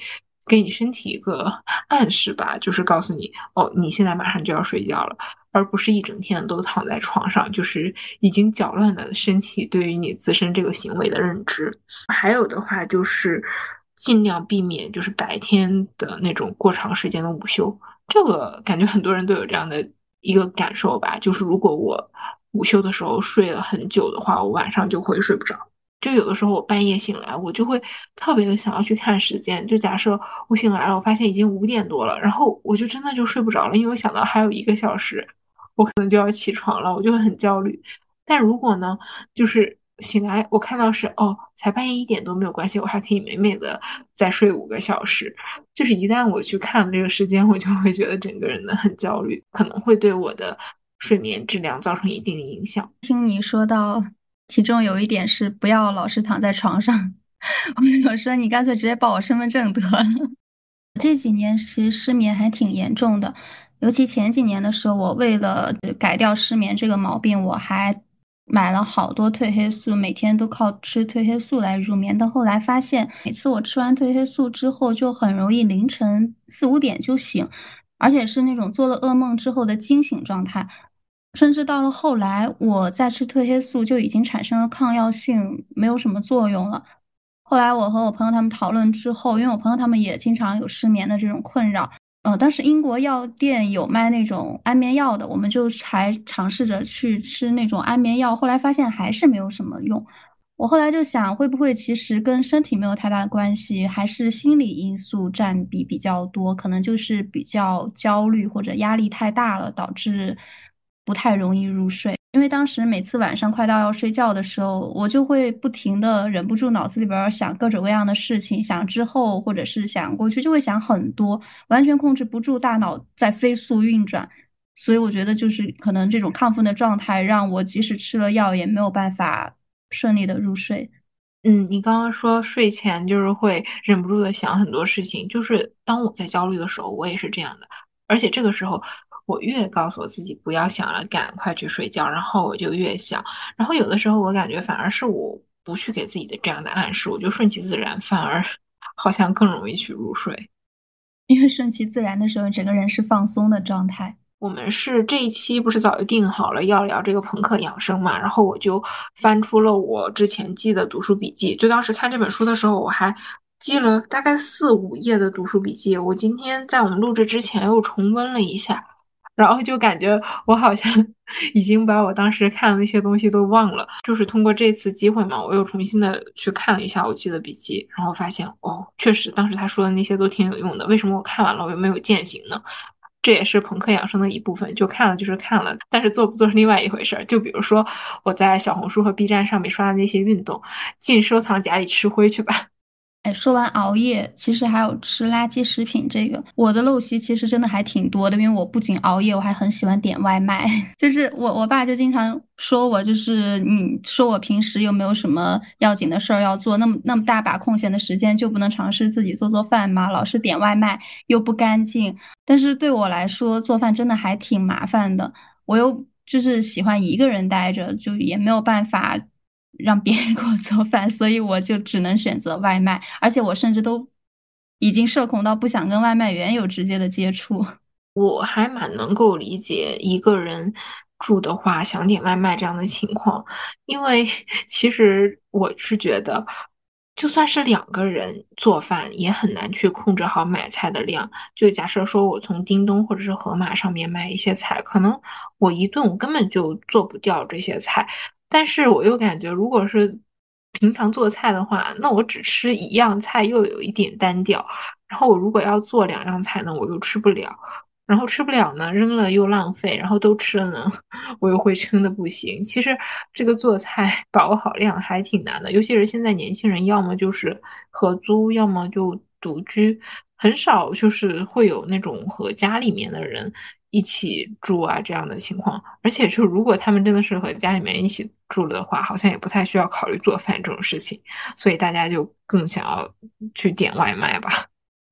给你身体一个暗示吧，就是告诉你，哦，你现在马上就要睡觉了，而不是一整天都躺在床上，就是已经搅乱了身体对于你自身这个行为的认知。还有的话就是尽量避免就是白天的那种过长时间的午休，这个感觉很多人都有这样的一个感受吧，就是如果我午休的时候睡了很久的话，我晚上就会睡不着。就有的时候我半夜醒来，我就会特别的想要去看时间。就假设我醒来了，我发现已经5点多了，然后我就真的就睡不着了，因为我想到还有1个小时，我可能就要起床了，我就会很焦虑。但如果呢，就是醒来我看到是哦，才半夜1点多没有关系，我还可以美美的再睡5个小时。就是一旦我去看这个时间，我就会觉得整个人的很焦虑，可能会对我的睡眠质量造成一定的影响。 听你说到，其中有一点是不要老是躺在床上，我说你干脆直接报我身份证得了。这几年其实失眠还挺严重的，尤其前几年的时候，我为了改掉失眠这个毛病，我还买了好多褪黑素，每天都靠吃褪黑素来入眠。但后来发现，每次我吃完褪黑素之后，就很容易凌晨4、5点就醒，而且是那种做了噩梦之后的惊醒状态。甚至到了后来，我在吃褪黑素就已经产生了抗药性，没有什么作用了。后来我和我朋友他们讨论之后，因为我朋友他们也经常有失眠的这种困扰，当时英国药店有卖那种安眠药的，我们就还尝试着去吃那种安眠药，后来发现还是没有什么用。我后来就想，会不会其实跟身体没有太大的关系，还是心理因素占比比较多，可能就是比较焦虑或者压力太大了，导致不太容易入睡。因为当时每次晚上快到要睡觉的时候，我就会不停的忍不住脑子里边想各种各样的事情，想之后或者是想过去，就会想很多，完全控制不住大脑在飞速运转。所以我觉得就是可能这种亢奋的状态，让我即使吃了药也没有办法顺利的入睡。 你刚刚说睡前就是会忍不住的想很多事情，就是当我在焦虑的时候，我也是这样的。而且这个时候，我越告诉我自己不要想了，赶快去睡觉，然后我就越想。然后有的时候我感觉反而是我不去给自己的这样的暗示，我就顺其自然，反而好像更容易去入睡。 因为顺其自然的时候，整个人是放松的状态。 我们是这一期不是早就定好了要聊这个朋克养生嘛，然后我就翻出了我之前记的读书笔记，就当时看这本书的时候，我还记了大概4、5页的读书笔记。我今天在我们录制之前又重温了一下，然后就感觉我好像已经把我当时看的那些东西都忘了。就是通过这次机会嘛，我又重新的去看了一下我记的笔记，然后发现哦，确实当时他说的那些都挺有用的。为什么我看完了我又没有践行呢？这也是朋克养生的一部分，就看了就是看了，但是做不做是另外一回事儿。就比如说我在小红书和 B 站上面刷的那些运动，进收藏夹里吃灰去吧。 哎，说完熬夜，其实还有吃垃圾食品这个，我的陋习其实真的还挺多的，因为我不仅熬夜，我还很喜欢点外卖。就是我爸就经常说我，就是你说我平时又没有什么要紧的事儿要做，那么大把空闲的时间就不能尝试自己做做饭吗？老是点外卖又不干净，但是对我来说做饭真的还挺麻烦的，我又就是喜欢一个人待着，就也没有办法让别人给我做饭，所以我就只能选择外卖，而且我甚至都已经社恐到不想跟外卖员有直接的接触。 我还蛮能够理解一个人住的话想点外卖这样的情况，因为其实我是觉得，就算是2个人做饭，也很难去控制好买菜的量。就假设说我从叮咚或者是盒马上面买一些菜，可能我一顿我根本就做不掉这些菜，但是我又感觉，如果是平常做菜的话，那我只吃一样菜又有一点单调，然后我如果要做2样菜呢，我又吃不了。然后吃不了呢，扔了又浪费，然后都吃了呢，我又会撑的不行。其实这个做菜把握好量还挺难的，尤其是现在年轻人，要么就是合租，要么就独居，很少就是会有那种和家里面的人一起住啊这样的情况。而且就如果他们真的是和家里面人一起住了的话，好像也不太需要考虑做饭这种事情，所以大家就更想要去点外卖吧。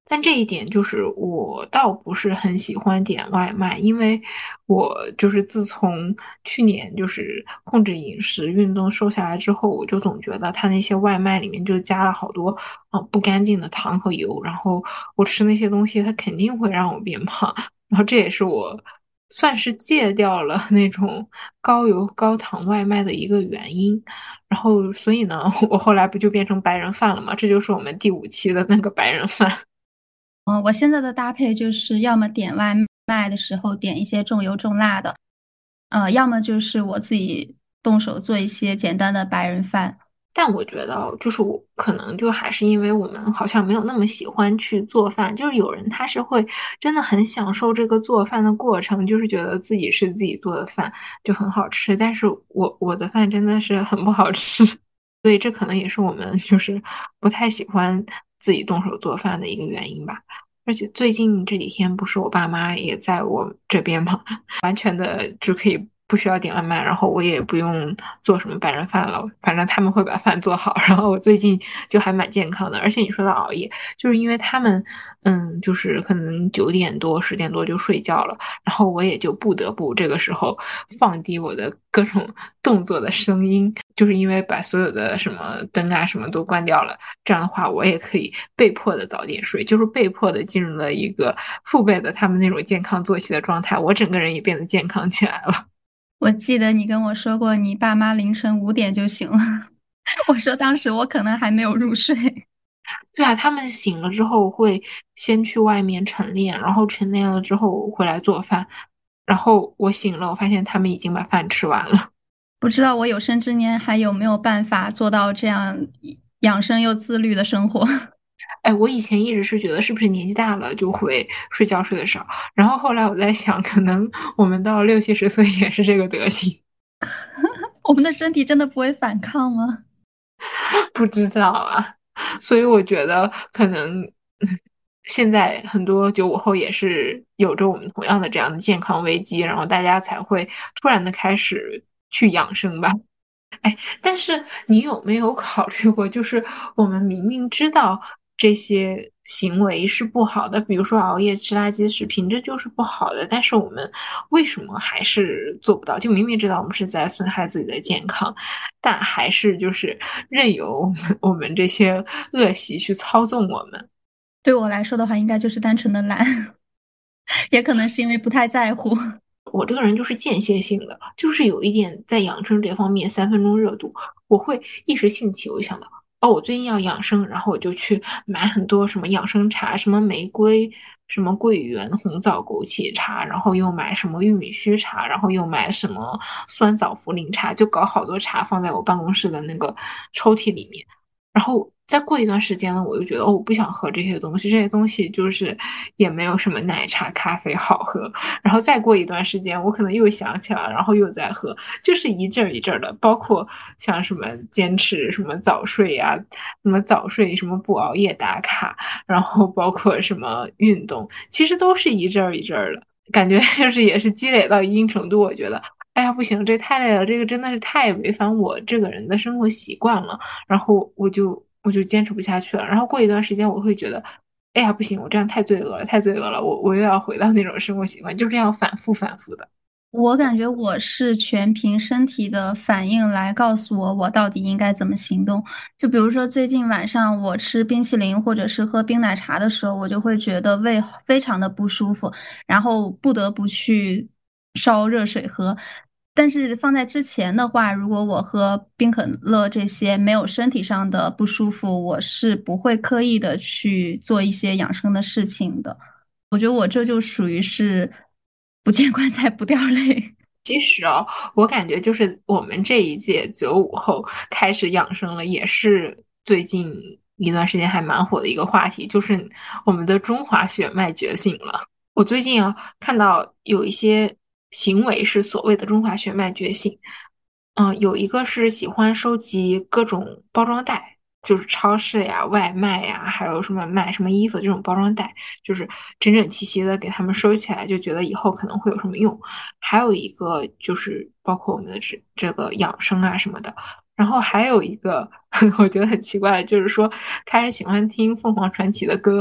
但这一点就是我倒不是很喜欢点外卖，因为我就是自从去年就是控制饮食、运动瘦下来之后，我就总觉得它那些外卖里面就加了好多不干净的糖和油，然后我吃那些东西，它肯定会让我变胖，然后这也是我算是戒掉了那种高油高糖外卖的一个原因。然后所以呢，我后来不就变成白人饭了吗？这就是我们第5期的那个白人饭。 我现在的搭配就是要么点外卖的时候点一些重油重辣的，要么就是我自己动手做一些简单的白人饭。 但我觉得，就是我可能就还是因为我们好像没有那么喜欢去做饭，就是有人他是会真的很享受这个做饭的过程，就是觉得自己是自己做的饭就很好吃，但是我的饭真的是很不好吃，所以这可能也是我们就是不太喜欢自己动手做饭的一个原因吧。而且最近这几天不是我爸妈也在我这边嘛，完全的就可以不需要点外卖，然后我也不用做什么白人饭了，反正他们会把饭做好，然后我最近就还蛮健康的。而且你说到熬夜，就是因为他们，就是可能9点多、10点多就睡觉了，然后我也就不得不这个时候放低我的各种动作的声音，就是因为把所有的什么灯啊什么都关掉了，这样的话我也可以被迫的早点睡，就是被迫的进入了一个父辈的他们那种健康作息的状态，我整个人也变得健康起来了。 我记得你跟我说过，你爸妈凌晨5点就醒了。我说当时我可能还没有入睡。 对啊，他们醒了之后会先去外面晨练，然后晨练了之后回来做饭，然后我醒了，我发现他们已经把饭吃完了。 不知道我有生之年还有没有办法做到这样养生又自律的生活。 哎，我以前一直是觉得是不是年纪大了就会睡觉睡得少，然后后来我在想，可能我们到60、70岁也是这个德行。 我们的身体真的不会反抗吗？ 不知道啊，所以我觉得可能现在很多95后也是有着我们同样的这样的健康危机，然后大家才会突然的开始去养生吧。哎，但是你有没有考虑过，就是我们明明知道这些行为是不好的，比如说熬夜吃垃圾食品，这就是不好的，但是我们为什么还是做不到？就明明知道我们是在损害自己的健康，但还是就是任由我们这些恶习去操纵我们。 对我来说的话，应该就是单纯的懒，也可能是因为不太在乎。 我这个人就是间歇性的，就是有一点在养生这方面3分钟热度，我会一时兴起，我就想到，哦，我最近要养生，然后我就去买很多什么养生茶，什么玫瑰、什么桂圆、红枣、枸杞茶，然后又买什么玉米须茶，然后又买什么酸枣茯苓茶，就搞好多茶放在我办公室的那个抽屉里面。然后再过一段时间呢，我就觉得哦，我不想喝这些东西，这些东西就是也没有什么奶茶、咖啡好喝。然后再过一段时间，我可能又想起来，然后又在喝，就是一阵儿一阵儿的。包括像什么坚持什么早睡呀、什么早睡、什么不熬夜打卡，然后包括什么运动，其实都是一阵儿一阵儿的。感觉就是也是积累到一定程度，我觉得，哎呀，不行，这太累了，这个真的是太违反我这个人的生活习惯了。然后我就坚持不下去了。然后过一段时间，我会觉得，哎呀，不行，我这样太罪恶了，太罪恶了，我又要回到那种生活习惯，就这样反复反复的。 我感觉我是全凭身体的反应来告诉我我到底应该怎么行动。就比如说最近晚上我吃冰淇淋或者是喝冰奶茶的时候，我就会觉得胃非常的不舒服，然后不得不去烧热水喝。但是放在之前的话，如果我喝冰可乐这些没有身体上的不舒服，我是不会刻意的去做一些养生的事情的。我觉得我这就属于是不见棺材不掉泪。 其实哦，我感觉就是我们这一届95后开始养生了，也是最近一段时间还蛮火的一个话题，就是我们的中华血脉觉醒了。我最近啊看到有一些行为是所谓的中华血脉觉醒，有一个是喜欢收集各种包装袋，就是超市呀、外卖呀，还有什么卖什么衣服的这种包装袋，就是整整齐齐的给他们收起来，就觉得以后可能会有什么用。还有一个就是包括我们的这个养生啊什么的。然后还有一个我觉得很奇怪的，就是说开始喜欢听凤凰传奇的歌。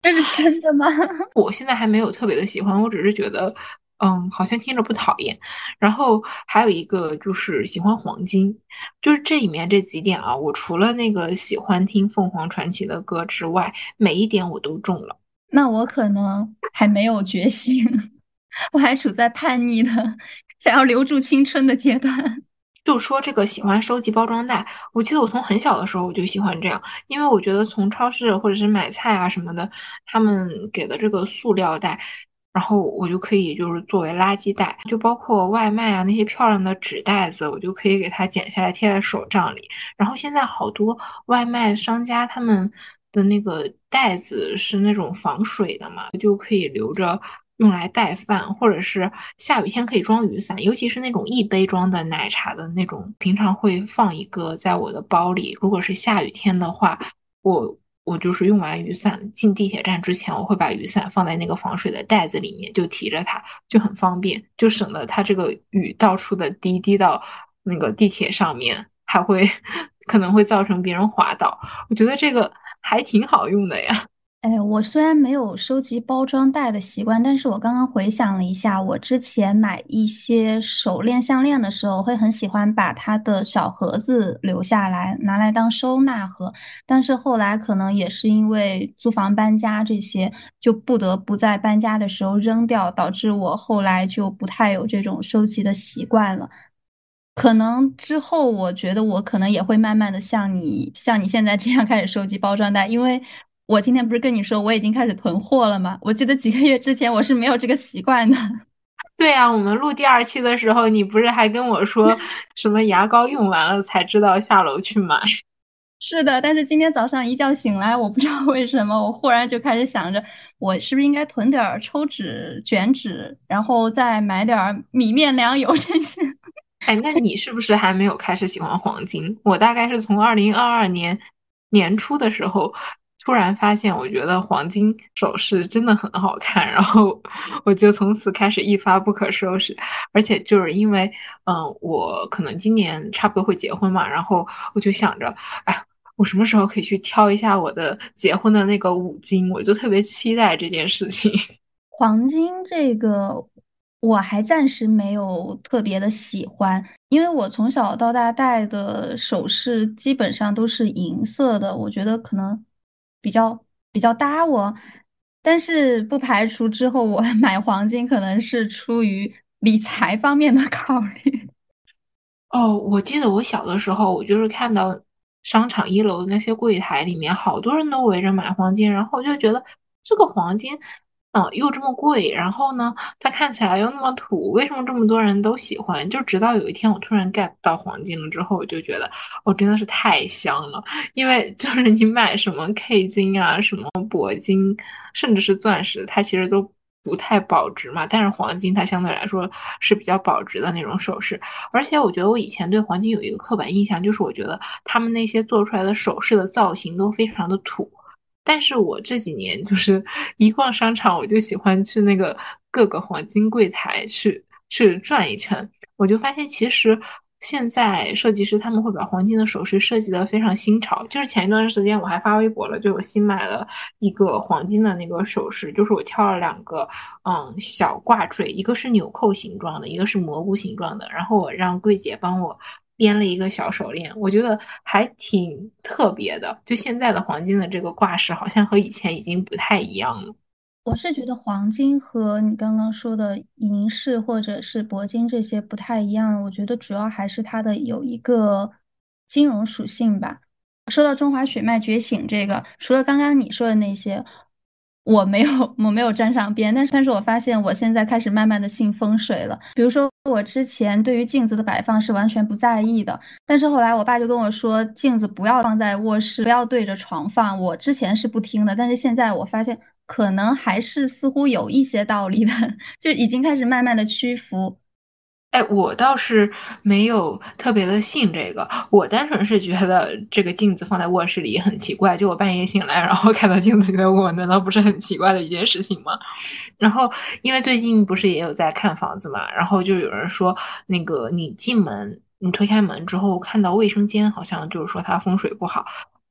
这是真的吗？ 我现在还没有特别的喜欢，我只是觉得，好像听着不讨厌。然后还有一个就是喜欢黄金，就是这里面这几点啊，我除了那个喜欢听凤凰传奇的歌之外，每一点我都中了。 那我可能还没有觉醒，我还处在叛逆的想要留住青春的阶段。 就说这个喜欢收集包装袋，我记得我从很小的时候我就喜欢这样，因为我觉得从超市或者是买菜啊什么的，他们给的这个塑料袋，然后我就可以就是作为垃圾袋，就包括外卖啊那些漂亮的纸袋子，我就可以给它剪下来贴在手账里。然后现在好多外卖商家他们的那个袋子是那种防水的嘛，就可以留着用来带饭，或者是下雨天可以装雨伞，尤其是那种一杯装的奶茶的那种，平常会放一个在我的包里。如果是下雨天的话，我就是用完雨伞进地铁站之前，我会把雨伞放在那个防水的袋子里面，就提着它，就很方便，就省得它这个雨到处的滴到那个地铁上面，还会可能会造成别人滑倒。我觉得这个还挺好用的呀。 哎，我虽然没有收集包装袋的习惯，但是我刚刚回想了一下，我之前买一些手链、项链的时候，会很喜欢把它的小盒子留下来，拿来当收纳盒。但是后来可能也是因为租房搬家这些，就不得不在搬家的时候扔掉，导致我后来就不太有这种收集的习惯了。可能之后，我觉得我可能也会慢慢的像你现在这样开始收集包装袋，因为我今天不是跟你说我已经开始囤货了吗？我记得几个月之前我是没有这个习惯的。 对呀，我们录第二期的时候，你不是还跟我说什么牙膏用完了才知道下楼去买？ 是的，但是今天早上一觉醒来，我不知道为什么，我忽然就开始想着，我是不是应该囤点儿抽纸、卷纸，然后再买点儿米面粮油这些。 哎，那你是不是还没有开始喜欢黄金？我大概是从2022年年初的时候，突然发现，我觉得黄金首饰真的很好看，然后我就从此开始一发不可收拾。而且就是因为，我可能今年差不多会结婚嘛，然后我就想着，哎，我什么时候可以去挑一下我的结婚的那个五金？我就特别期待这件事情。 黄金这个，我还暂时没有特别的喜欢，因为我从小到大戴的首饰基本上都是银色的，我觉得可能比较比较搭我。但是不排除之后我买黄金可能是出于理财方面的考虑。 哦，我记得我小的时候，我就是看到商场一楼的那些柜台里面，好多人都围着买黄金，然后我就觉得这个黄金，又这么贵，然后呢，它看起来又那么土，为什么这么多人都喜欢？就直到有一天我突然 get 到黄金了之后，我就觉得，哦，真的是太香了，因为就是你买什么 K 金啊，什么铂金，甚至是钻石，它其实都不太保值嘛，但是黄金它相对来说是比较保值的那种首饰。而且我觉得我以前对黄金有一个刻板印象，就是我觉得他们那些做出来的首饰的造型都非常的土。但是我这几年就是一逛商场，我就喜欢去那个各个黄金柜台去转一圈，我就发现其实现在设计师他们会把黄金的首饰设计的非常新潮。就是前一段时间我还发微博了，就我新买了一个黄金的那个首饰，就是我挑了两个小挂坠，一个是纽扣形状的，一个是蘑菇形状的，然后我让柜姐帮我编了一个小手链，我觉得还挺特别的。就现在的黄金的这个挂饰，好像和以前已经不太一样了。 我是觉得黄金和你刚刚说的银饰或者是铂金这些不太一样，我觉得主要还是它的有一个金融属性吧。说到中华血脉觉醒这个，除了刚刚你说的那些，我没有沾上边，但是我发现我现在开始慢慢的信风水了。比如说我之前对于镜子的摆放是完全不在意的，但是后来我爸就跟我说，镜子不要放在卧室，不要对着床放。我之前是不听的，但是现在我发现可能还是似乎有一些道理的，就已经开始慢慢的屈服。 哎，我倒是没有特别的信这个，我单纯是觉得这个镜子放在卧室里很奇怪，就我半夜醒来，然后看到镜子里的我，难道不是很奇怪的一件事情吗？然后，因为最近不是也有在看房子嘛，然后就有人说，那个你进门，你推开门之后看到卫生间，好像就是说它风水不好。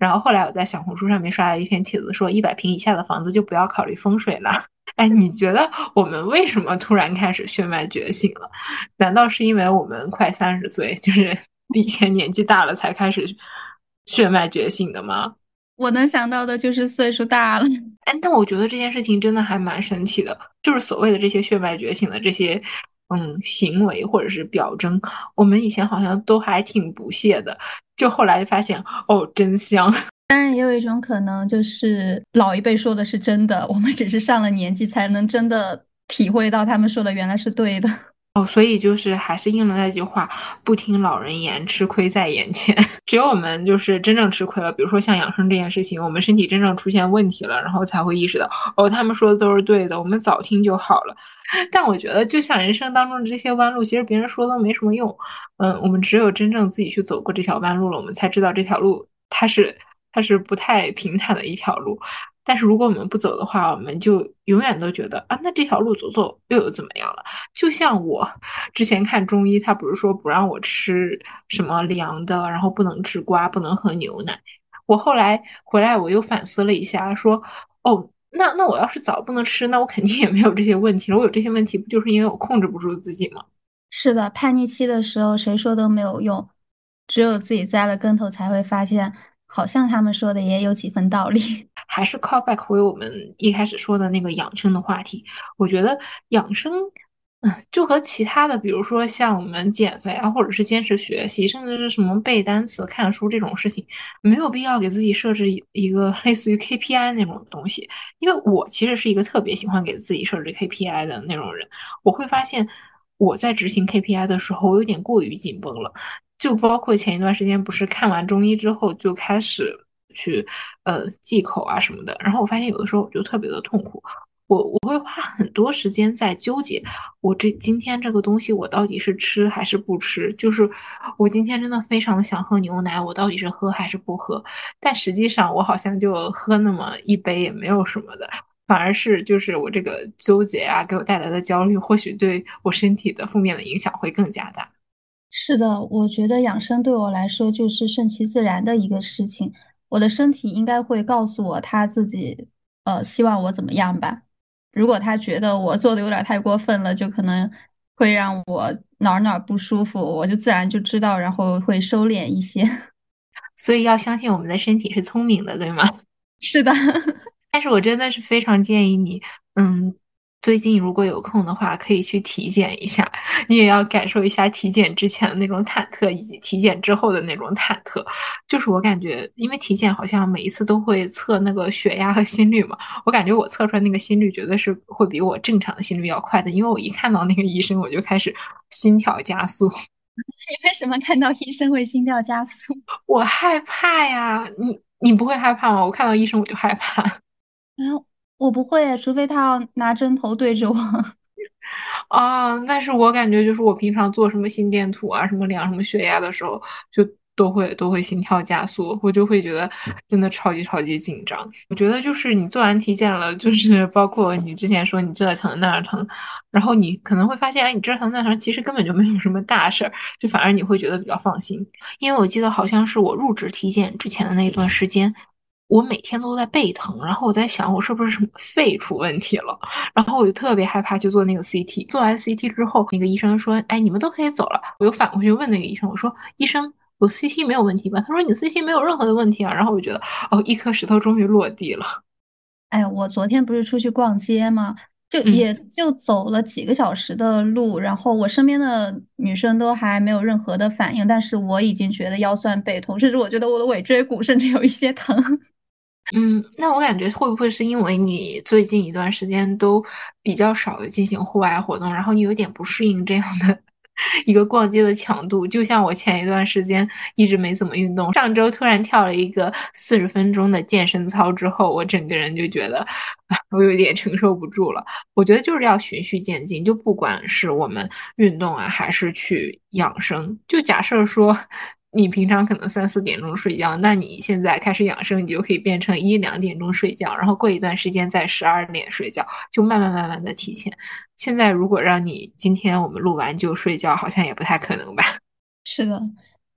然后后来我在小红书上面刷了一篇帖子，说100平以下的房子就不要考虑风水了。哎，你觉得我们为什么突然开始血脉觉醒了？难道是因为我们快30岁，就是比以前年纪大了才开始血脉觉醒的吗？ 我能想到的就是岁数大了。 哎，但我觉得这件事情真的还蛮神奇的，就是所谓的这些血脉觉醒的这些行为或者是表征，我们以前好像都还挺不屑的，就后来发现哦，真香。 当然，也有一种可能，就是老一辈说的是真的，我们只是上了年纪才能真的体会到他们说的原来是对的。 哦，所以就是还是应了那句话，不听老人言，吃亏在眼前。只有我们就是真正吃亏了，比如说像养生这件事情，我们身体真正出现问题了，然后才会意识到，哦，他们说的都是对的，我们早听就好了。但我觉得，就像人生当中的这些弯路，其实别人说都没什么用。我们只有真正自己去走过这条弯路了，我们才知道这条路它是不太平坦的一条路。但是如果我们不走的话，我们就永远都觉得啊，那这条路走走又有怎么样了？就像我之前看中医，他不是说不让我吃什么凉的，然后不能吃瓜，不能喝牛奶。我后来回来，我又反思了一下，说哦，那我要是早不能吃，那我肯定也没有这些问题了。我有这些问题，不就是因为我控制不住自己吗？ 是的，叛逆期的时候，谁说都没有用，只有自己栽了跟头，才会发现，好像他们说的也有几分道理。 还是 call back 回我们一开始说的那个养生的话题。我觉得养生，就和其他的，比如说像我们减肥啊，或者是坚持学习，甚至是什么背单词、看书这种事情，没有必要给自己设置一个类似于 KPI 那种东西。因为我其实是一个特别喜欢给自己设置 KPI 的那种人，我会发现我在执行 KPI 的时候，我有点过于紧绷了。就包括前一段时间，不是看完中医之后就开始去忌口啊什么的，然后我发现有的时候我就特别的痛苦，我会花很多时间在纠结，我今天这个东西我到底是吃还是不吃？就是我今天真的非常的想喝牛奶，我到底是喝还是不喝？但实际上我好像就喝那么一杯也没有什么的。反而是就是我这个纠结啊，给我带来的焦虑，或许对我身体的负面的影响会更加大。 是的，我觉得养生对我来说就是顺其自然的一个事情。我的身体应该会告诉我他自己，希望我怎么样吧。如果他觉得我做的有点太过分了，就可能会让我哪儿不舒服，我就自然就知道，然后会收敛一些。 所以要相信我们的身体是聪明的，对吗？ 是的。 但是我真的是非常建议你，嗯，最近如果有空的话，可以去体检一下，你也要感受一下体检之前的那种忐忑，以及体检之后的那种忐忑。就是我感觉，因为体检好像每一次都会测那个血压和心率嘛，我感觉我测出来那个心率绝对是会比我正常的心率要快的，因为我一看到那个医生，我就开始心跳加速。 你为什么看到医生会心跳加速？ 我害怕呀，你不会害怕吗？我看到医生我就害怕。 啊，我不会，除非他要拿针头对着我。 啊，但是我感觉就是我平常做什么心电图啊，什么量什么血压的时候，就都会心跳加速，我就会觉得真的超级超级紧张。我觉得就是你做完体检了，就是包括你之前说你这儿疼那儿疼，然后你可能会发现，哎，你这儿疼那儿疼，其实根本就没有什么大事儿，就反而你会觉得比较放心。因为我记得好像是我入职体检之前的那一段时间，我每天都在背疼，然后我在想我是不是什么肺出问题了。然后我就特别害怕去做那个 CT。做完 CT 之后，那个医生说：“哎，你们都可以走了。”我又反过去问那个医生，我说：“医生，我 CT 没有问题吧？”他说：“你 CT 没有任何的问题啊。”然后我就觉得，哦，一颗石头终于落地了。 哎，我昨天不是出去逛街吗？就嗯。 也就走了几个小时的路，然后我身边的女生都还没有任何的反应，但是我已经觉得腰酸背痛，甚至我觉得我的尾椎骨甚至有一些疼。 那我感觉会不会是因为你最近一段时间都比较少的进行户外活动，然后你有点不适应这样的一个逛街的强度？就像我前一段时间一直没怎么运动，上周突然跳了一个40分钟的健身操之后，我整个人就觉得，我有点承受不住了。我觉得就是要循序渐进，就不管是我们运动啊，还是去养生，就假设说。你平常可能3、4点钟睡觉，那你现在开始养生，你就可以变成1、2点钟睡觉，然后过一段时间再12点睡觉，就慢慢慢慢的提前。现在如果让你今天我们录完就睡觉，好像也不太可能吧？ 是的，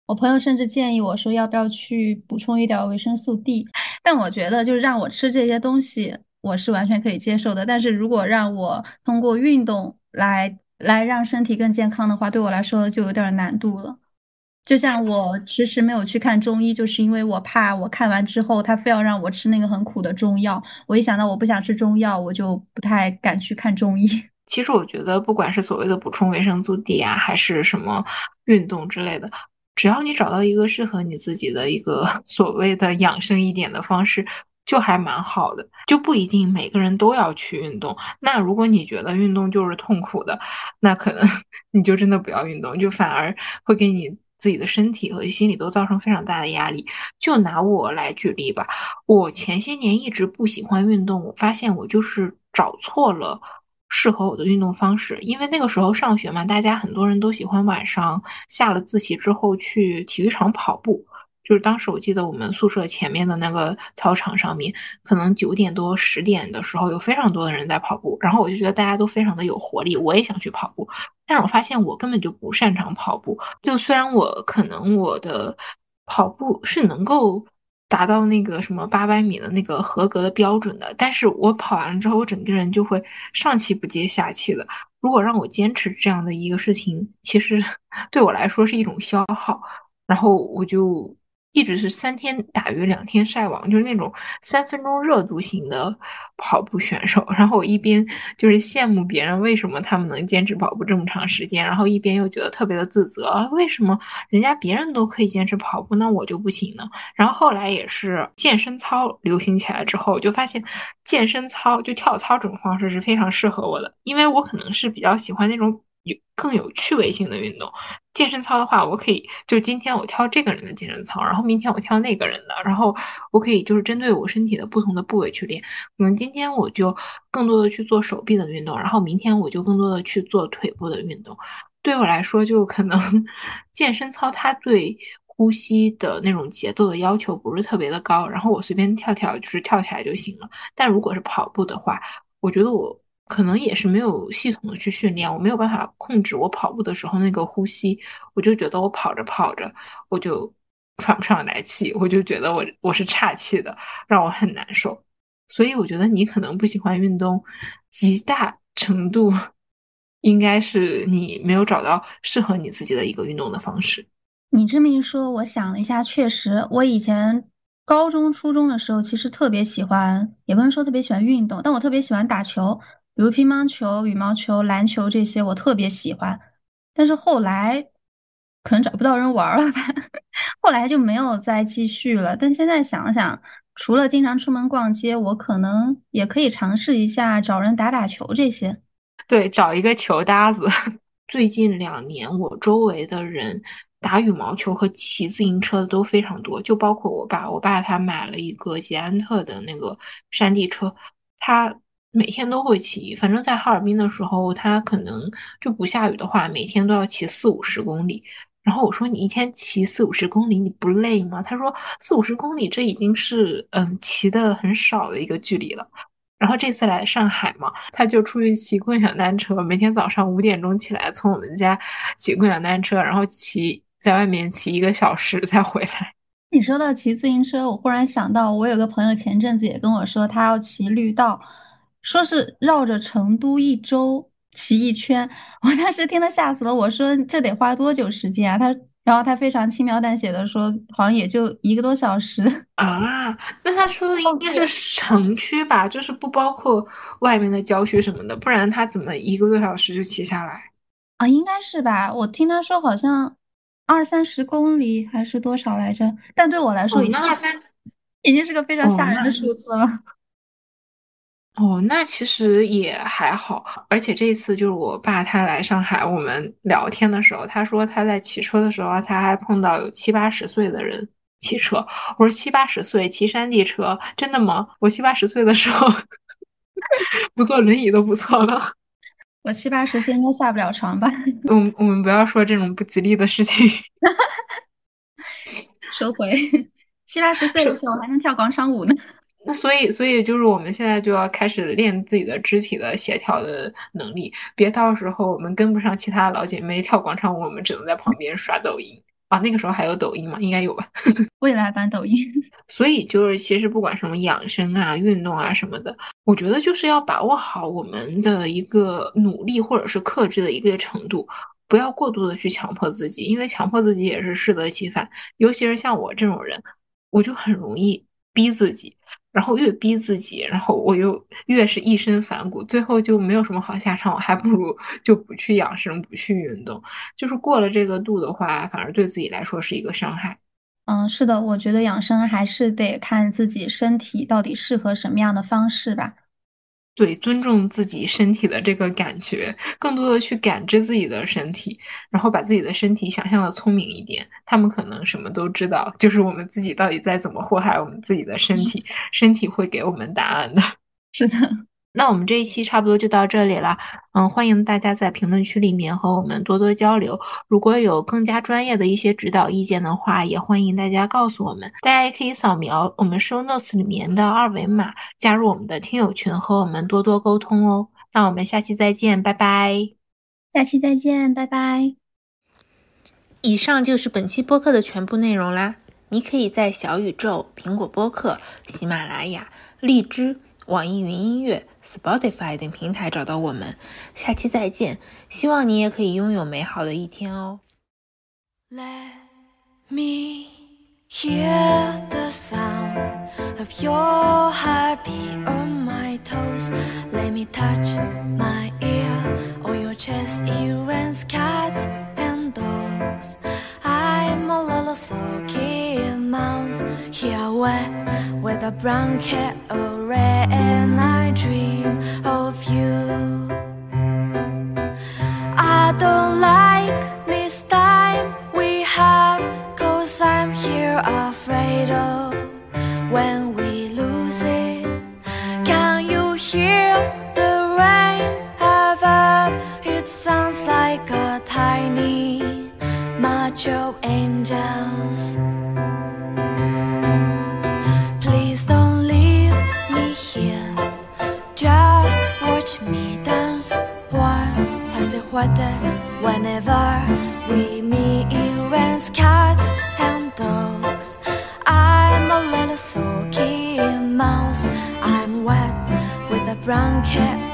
我朋友甚至建议我说要不要去补充一点儿维生素 D，但我觉得就是让我吃这些东西，我是完全可以接受的。但是如果让我通过运动来让身体更健康的话，对我来说就有点儿难度了。就像我迟迟没有去看中医，就是因为我怕我看完之后，他非要让我吃那个很苦的中药。我一想到我不想吃中药，我就不太敢去看中医。 其实我觉得，不管是所谓的补充维生素 D 啊，还是什么运动之类的，只要你找到一个适合你自己的一个所谓的养生一点的方式，就还蛮好的。就不一定每个人都要去运动。那如果你觉得运动就是痛苦的，那可能你就真的不要运动，就反而会给你自己的身体和心理都造成非常大的压力。就拿我来举例吧，我前些年一直不喜欢运动，我发现我就是找错了适合我的运动方式。因为那个时候上学嘛，大家很多人都喜欢晚上下了自习之后去体育场跑步。就是当时我记得我们宿舍前面的那个操场上面，可能9点多10点的时候有非常多的人在跑步，然后我就觉得大家都非常的有活力，我也想去跑步。但是我发现我根本就不擅长跑步，就虽然我可能我的跑步是能够达到那个什么800米的那个合格的标准的，但是我跑完了之后，我整个人就会上气不接下气的。如果让我坚持这样的一个事情，其实对我来说是一种消耗。然后我就一直是3天打鱼2天晒网，就是那种3分钟热度型的跑步选手。然后我一边就是羡慕别人为什么他们能坚持跑步这么长时间，然后一边又觉得特别的自责，为什么人家别人都可以坚持跑步，那我就不行呢？然后后来也是健身操流行起来之后，我就发现健身操就跳操这种方式是非常适合我的，因为我可能是比较喜欢那种更有趣味性的运动。健身操的话，我可以就今天我跳这个人的健身操，然后明天我跳那个人的，然后我可以就是针对我身体的不同的部位去练。可能今天我就更多的去做手臂的运动，然后明天我就更多的去做腿部的运动。对我来说，就可能健身操它对呼吸的那种节奏的要求不是特别的高，然后我随便跳跳就是跳起来就行了。但如果是跑步的话，我觉得我可能也是没有系统的去训练，我没有办法控制我跑步的时候那个呼吸，我就觉得我跑着跑着我就喘不上来气，我就觉得我是岔气的，让我很难受。所以我觉得你可能不喜欢运动，极大程度应该是你没有找到适合你自己的一个运动的方式。 你这么一说，我想了一下，确实，我以前高中、初中的时候，其实特别喜欢，也不能说特别喜欢运动，但我特别喜欢打球，比如乒乓球、羽毛球、篮球这些，我特别喜欢。但是后来可能找不到人玩儿了吧，后来就没有再继续了。但现在想想，除了经常出门逛街，我可能也可以尝试一下找人打打球这些。 对，找一个球搭子。最近2年，我周围的人打羽毛球和骑自行车的都非常多，就包括我爸。我爸他买了一个捷安特的那个山地车，他每天都会骑。反正在哈尔滨的时候，他可能就不下雨的话，每天都要骑40-50公里。然后我说你一天骑40-50公里，你不累吗？他说40-50公里这已经是骑的很少的一个距离了。然后这次来上海嘛，他就出去骑共享单车，每天早上5点钟起来，从我们家骑共享单车，然后在外面骑1个小时再回来。 你说到骑自行车，我忽然想到，我有个朋友前阵子也跟我说，他要骑绿道，说是绕着成都一周骑一圈。我当时听得吓死了，我说这得花多久时间啊？然后他非常轻描淡写的说，好像也就1个多小时。 啊，那他说的应哦， 该是对城区吧，就是不包括外面的郊区什么的，不然他怎么1个多小时就骑下来？ 啊，应该是吧？我听他说好像20-30公里还是多少来着？但对我来说哦，那23， 已经是个非常哦， 吓人的数字了。 哦，那其实也还好，而且这一次就是我爸他来上海，我们聊天的时候，他说他在骑车的时候，他还碰到有70-80岁的人骑车。我说70-80岁骑山地车，真的吗？我70-80岁的时候不坐轮椅都不错了。 我70-80岁应该下不了床吧？ 我们不要说这种不吉利的事情。 收回。70-80岁的是， 时候我还能跳广场舞呢。 那所以就是我们现在就要开始练自己的肢体的协调的能力，别到时候我们跟不上其他老姐妹跳广场舞，我们只能在旁边刷抖音。 啊，那个时候还有抖音吗？应该有吧。 未来版抖音。 所以就是其实不管什么养生啊、运动啊什么的，我觉得就是要把握好我们的一个努力或者是克制的一个程度，不要过度的去强迫自己，因为强迫自己也是适得其反。尤其是像我这种人，我就很容易逼自己，然后越逼自己，然后我又越是一身反骨，最后就没有什么好下场，我还不如就不去养生，不去运动，就是过了这个度的话，反而对自己来说是一个伤害。 是的，我觉得养生还是得看自己身体到底适合什么样的方式吧。 对，尊重自己身体的这个感觉，更多的去感知自己的身体，然后把自己的身体想象的聪明一点。他们可能什么都知道，就是我们自己到底在怎么祸害我们自己的身体，身体会给我们答案的。 是的。 那我们这一期差不多就到这里了，欢迎大家在评论区里面和我们多多交流。如果有更加专业的一些指导意见的话，也欢迎大家告诉我们。大家也可以扫描我们 show notes 里面的二维码，加入我们的听友群，和我们多多沟通哦。那我们下期再见，拜拜。 下期再见，拜拜。 以上就是本期播客的全部内容啦。你可以在小宇宙、苹果播客、喜马拉雅、荔枝、网易云音乐、Spotify 等平台找到我们。下期再见，希望你也可以拥有美好的一天哦。 Let me hear the sound of your heartbeat on my toes. Let me touch my ear on your chest. It rains cats and dogs. I'm a little sulky mouse here wet with a brown cat array, and I dream of you. I don't like this time we have, 'cause I'm here afraid of when we lose it. Can you hear the rain above? It sounds like a tiny march of angels. Please don't leave me here, just watch me dance. Warm plastic water whenever we meet. It rains cats and dogs. I'm a little sulky mouse. I'm wet with a brown cat